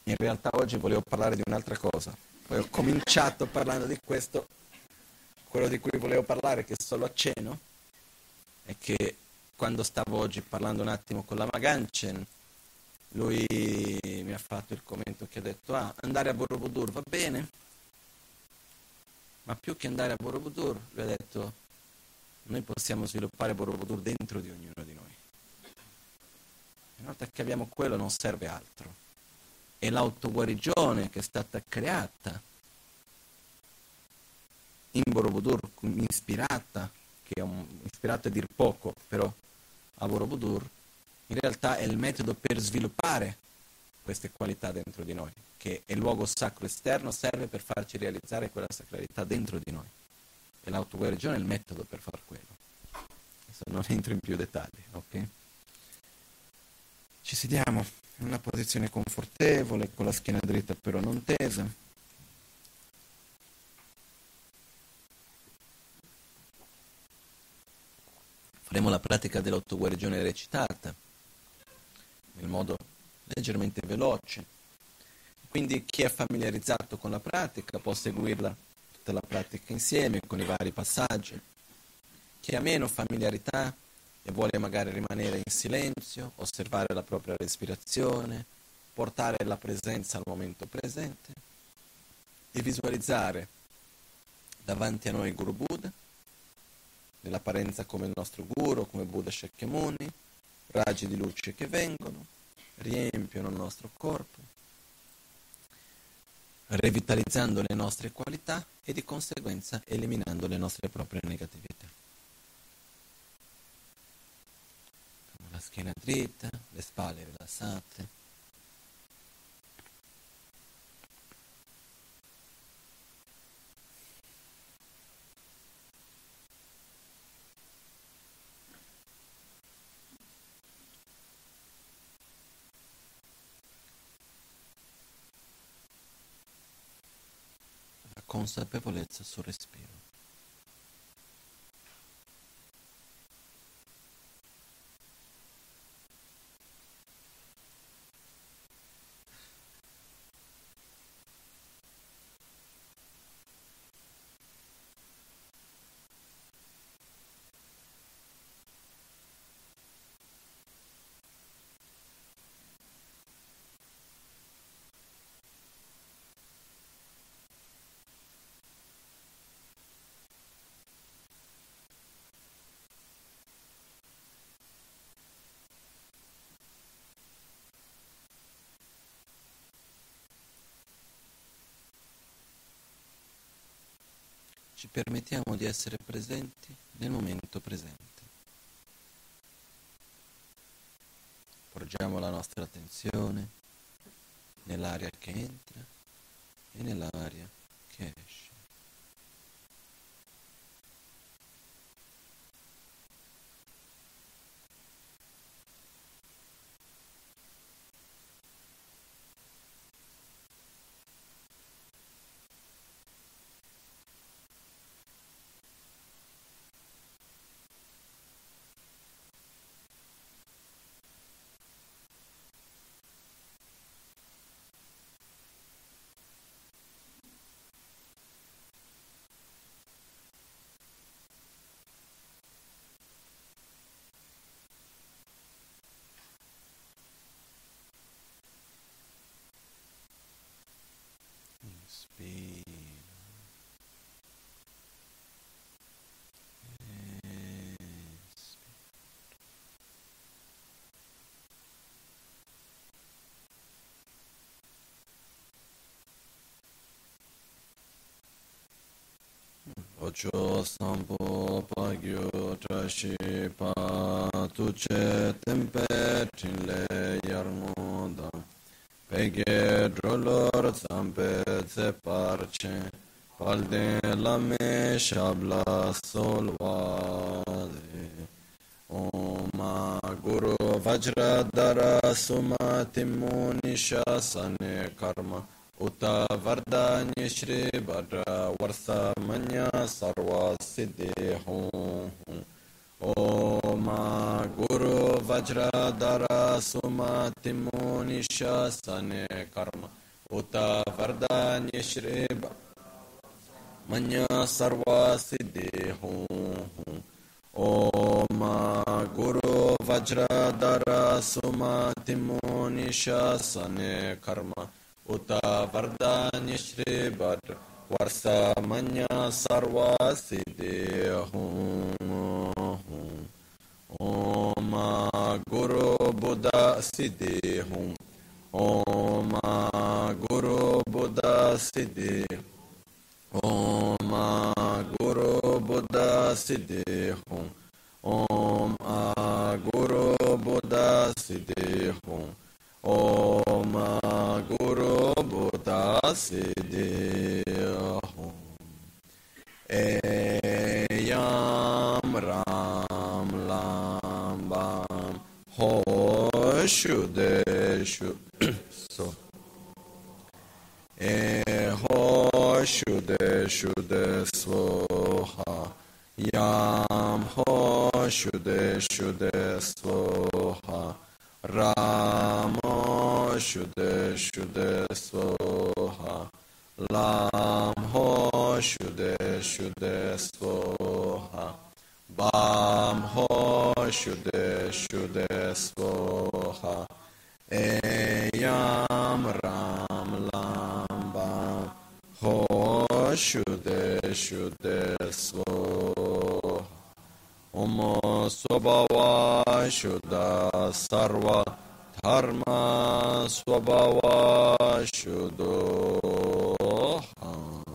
In realtà oggi volevo parlare di un'altra cosa. Poi ho cominciato parlando di questo. Quello di cui volevo parlare, che solo accenno, è che quando stavo oggi parlando un attimo con la Maganchen, lui mi ha fatto il commento che ha detto: andare a Borobudur va bene, ma più che andare a Borobudur, lui ha detto: noi possiamo sviluppare Borobudur dentro di ognuno di noi. Una volta che abbiamo quello non serve altro. E l'autoguarigione che è stata creata in Borobudur, ispirata a dir poco, però a Borobudur, in realtà è il metodo per sviluppare queste qualità dentro di noi, che il luogo sacro esterno serve per farci realizzare quella sacralità dentro di noi. E l'autoguarigione è il metodo per far quello. Adesso non entro in più dettagli, ok? Ci sediamo in una posizione confortevole, con la schiena dritta però non tesa. Faremo la pratica dell'autoguarigione recitata in modo leggermente veloce. Quindi chi è familiarizzato con la pratica può seguirla tutta la pratica insieme con i vari passaggi. Chi ha meno familiarità e vuole magari rimanere in silenzio, osservare la propria respirazione, portare la presenza al momento presente e visualizzare davanti a noi Guru Buddha, nell'apparenza come il nostro Guru, come Buddha Shakyamuni, raggi di luce che vengono, riempiono il nostro corpo, revitalizzando le nostre qualità e di conseguenza eliminando le nostre proprie negatività. Con la schiena dritta, le spalle rilassate. La consapevolezza sul respiro. Ci permettiamo di essere presenti nel momento presente. Porgiamo la nostra attenzione nell'aria che entra e nell'aria che esce. Inspira. Ocho sampo pagyo trashi pa tuche tempe chinle yarmoda pege drolor zampe ze parche palde lame shabla solvade Oma Guru Vajradhara Sumati Munisha Sane Karma Uta Vardhanya Shri Bhadra Varsa Manya Sarva Siddhi Om Oma Guru Vajradhara Sumatimunisha Sane Karma Uta Vardanya Shriba Manya Sarva Siddhi Om Guru Vajradhara Sumatimunisha Sane Karma Uta Vardanya Shriba Varsa Manya Sarva Siddhi Om Guru Buddha Siddhi Om Guru Buddha Siddhi Om Guru Buddha Siddhi Om Guru Buddha Siddhi Om Guru Buddha Siddhi Eyam Ram Lam Bam Ho Shude So Ho Shude Svoha Yam Ho Shude Svoha Ram Ho Shude Svoha Lam Ho Shude Svoha Bam Ho Shude Svoha Eyam Ram Lam Bam Ho Shude Svoha Om Swabhava Shuddha Sarva Dharma Swabhava Shuddha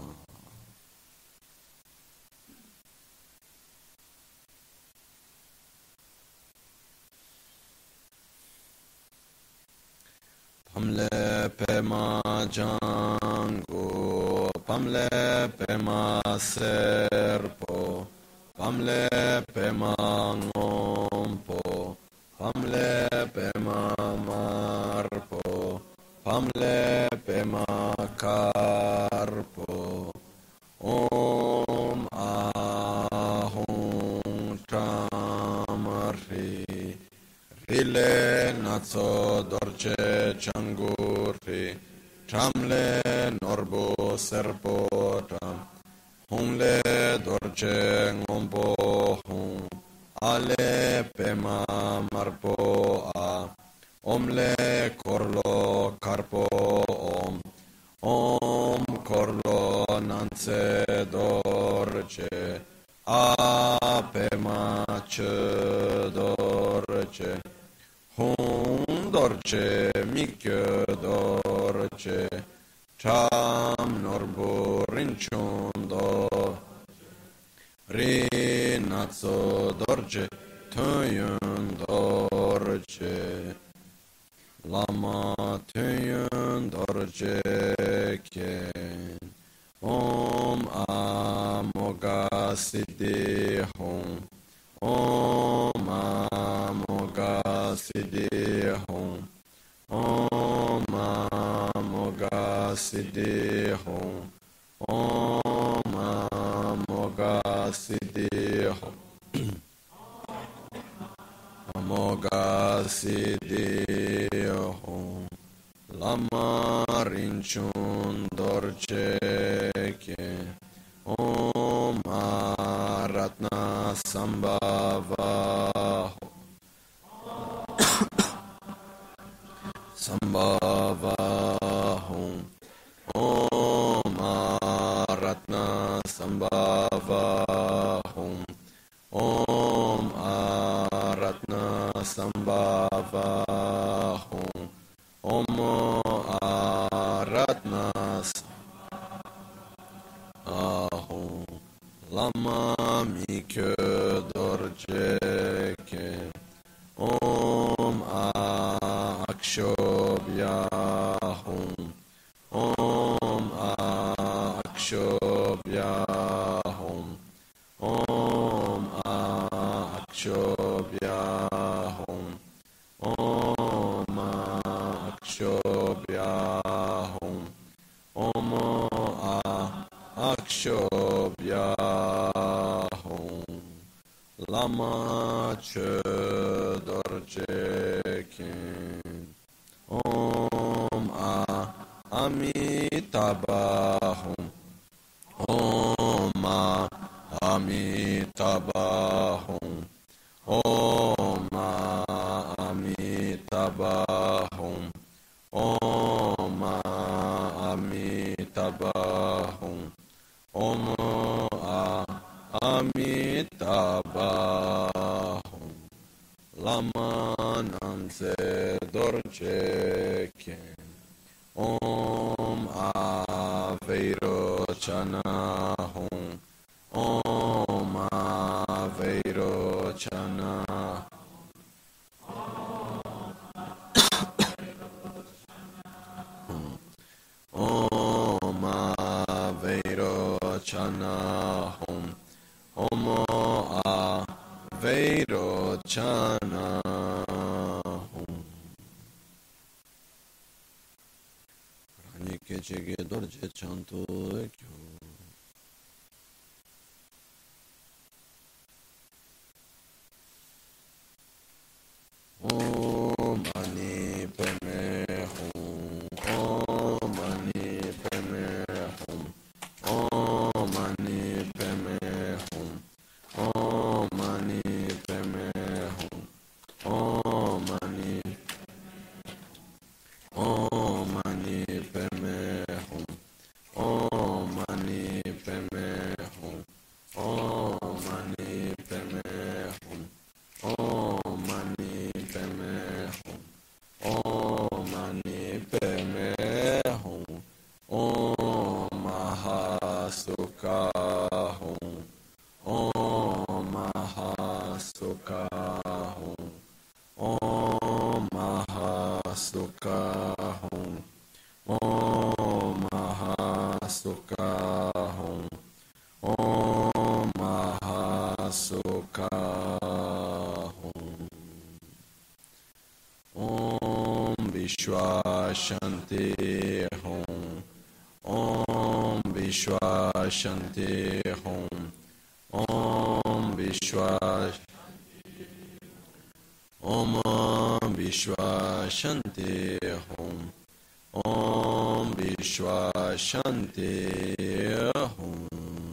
Pamle Pema Jango Pamle Pema Serpo Pamle Pema Ngompo Pamle Pema Marpo Pamle Pema Karpo Om Ahum Tamari Rile Natso Dorje Changuri Tramle Norbo Serpo Tram Humle Dorje Ngombo Hum Ale Pema Marpo A Omle Korlo Karpo Om Korlo Nanse Dorje A Pema Che Dorje Hum Dorje Mikyo Dorje Cham Norbo Rinchundo Rinatso Dorje Tuyun Dorje Lama Tuyun Dorje Ken Om Amoga Siddhi Hum Om Amoga Siddhi Hum Om Amoga Siddhi Hum Om Amoga Siddhi Hum Amoga Siddhi Hum Lama Rinchun Dorje Ke Om Aratna Sambhava Sambhavahum Om Aratna Sambhavahum Om Aratna Sambhavahum Om Aratna Sambhavahum Lama Mikyo Dorje Ke Om Akshobhyahum Om Akshobhyahum Om Akshobhyahum Om Akshobhyahum Om Akshobhyahum Lama Che Dorje dorje kin. Om Amitabham. Om Amitabham. Om Amitabham. Om Amitabham. Om Amitabham. Lamanam se dorje kin. Om Aveirochana. Om Aveirochana. Om Aveirochana. Om Aveirochana. Nike chege dorje chanto ekyo. Om Mani Padme Hum. Om Mani Padme Hum. Om Mani Padme Hum. Om Mani Padme Hum. Om Mani. Om Mani Padme Hum. Om Mani Padme Hum. Om Mani Padme Hum. Om Mani Padme Hum. Om Mani Padme Hum. Om Mahasukha Hum. Om Mahasukha Hum. Om Mahasukha Hum. Om Mahasukha Hum. Om Mahasukha Hum. Om Vishwa Shanti Hum. Om Vishwa Shanti Hum. Om Vishwa. Om Vishwa Shanti Hum. Om Vishwa Shanti Hum.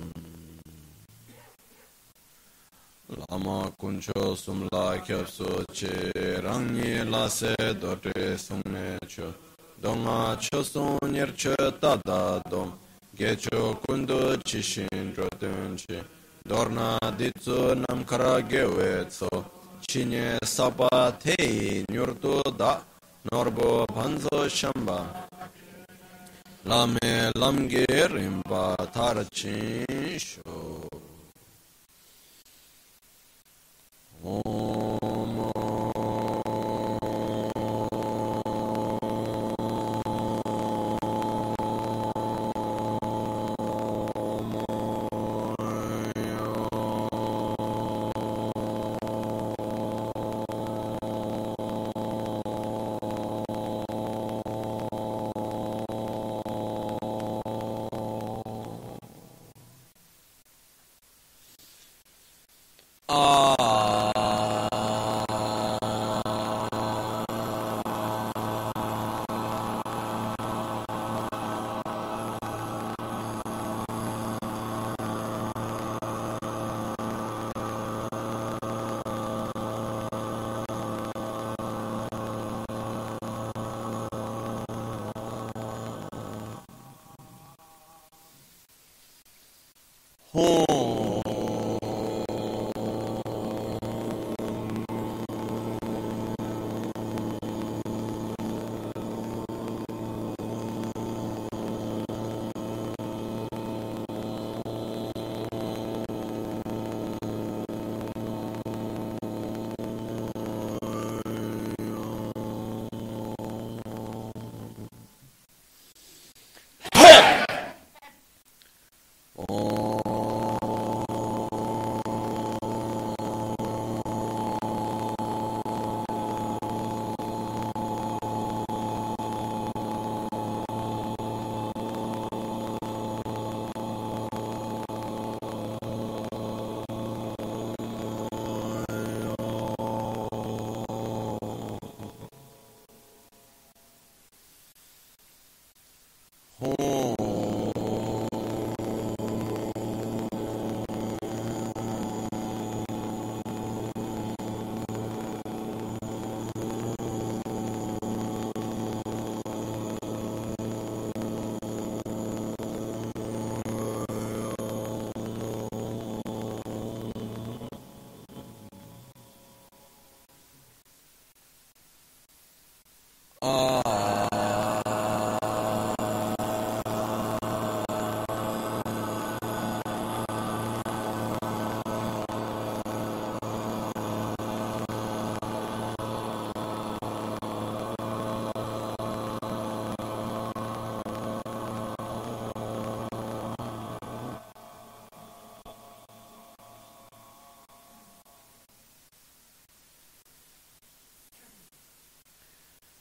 Lama Kuncho Sumla Kyapso Che Rangi Lase Dote Sumne Cho Donga Chosun Yerche Tada Dom Gecho Kundu Chishin Rotunchi Dorna Ditsu Namkara Gewetso Chinye Sapa Tei Nyurtu Da Norbo Panzo Shamba Lame Lamge Rimba Tarachin Sho Om Om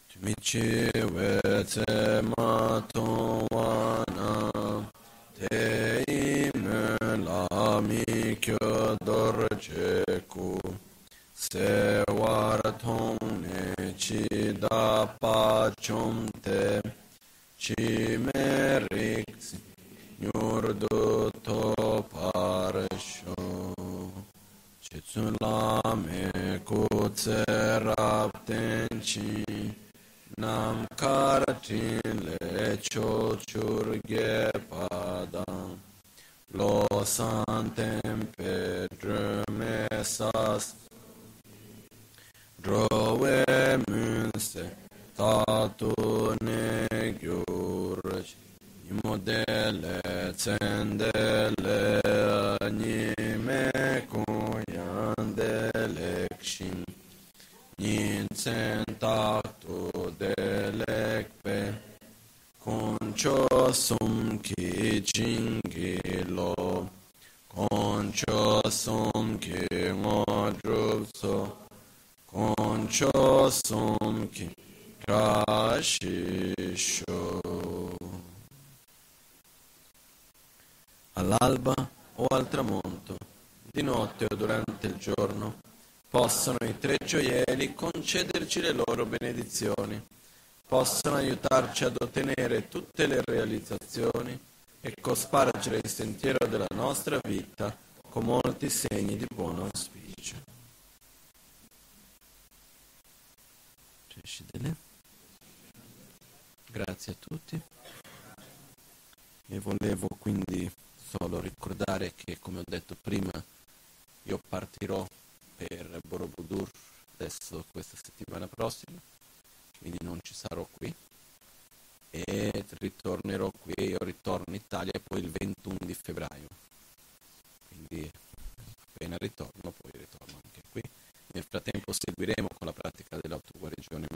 Michi wetse matowana te ime lami kyo dorjeku se warthone chi da pachomte chi merix nyurdu to parasho chitsulame kutse raptenchi Nam karatin le chochurge padam lo santem pedremesas drove munse tatuegyurj modele cendele anime kuyandele kshin Ninsen taktu delekpe Koncho sum ki jingilo Koncho sum ki ngodrupso Koncho sum ki kashisho All'alba o al tramonto, di notte o durante il giorno possono i tre gioielli concederci le loro benedizioni, possono aiutarci ad ottenere tutte le realizzazioni e cospargere il sentiero della nostra vita con molti segni di buon auspicio. Grazie a tutti e volevo quindi solo ricordare che, come ho detto prima, io partirò per Borobudur adesso questa settimana prossima, quindi non ci sarò qui e ritornerò qui, io ritorno in Italia poi il 21 di febbraio, quindi appena ritorno poi ritorno anche qui. Nel frattempo seguiremo con la pratica dell'autoguarigione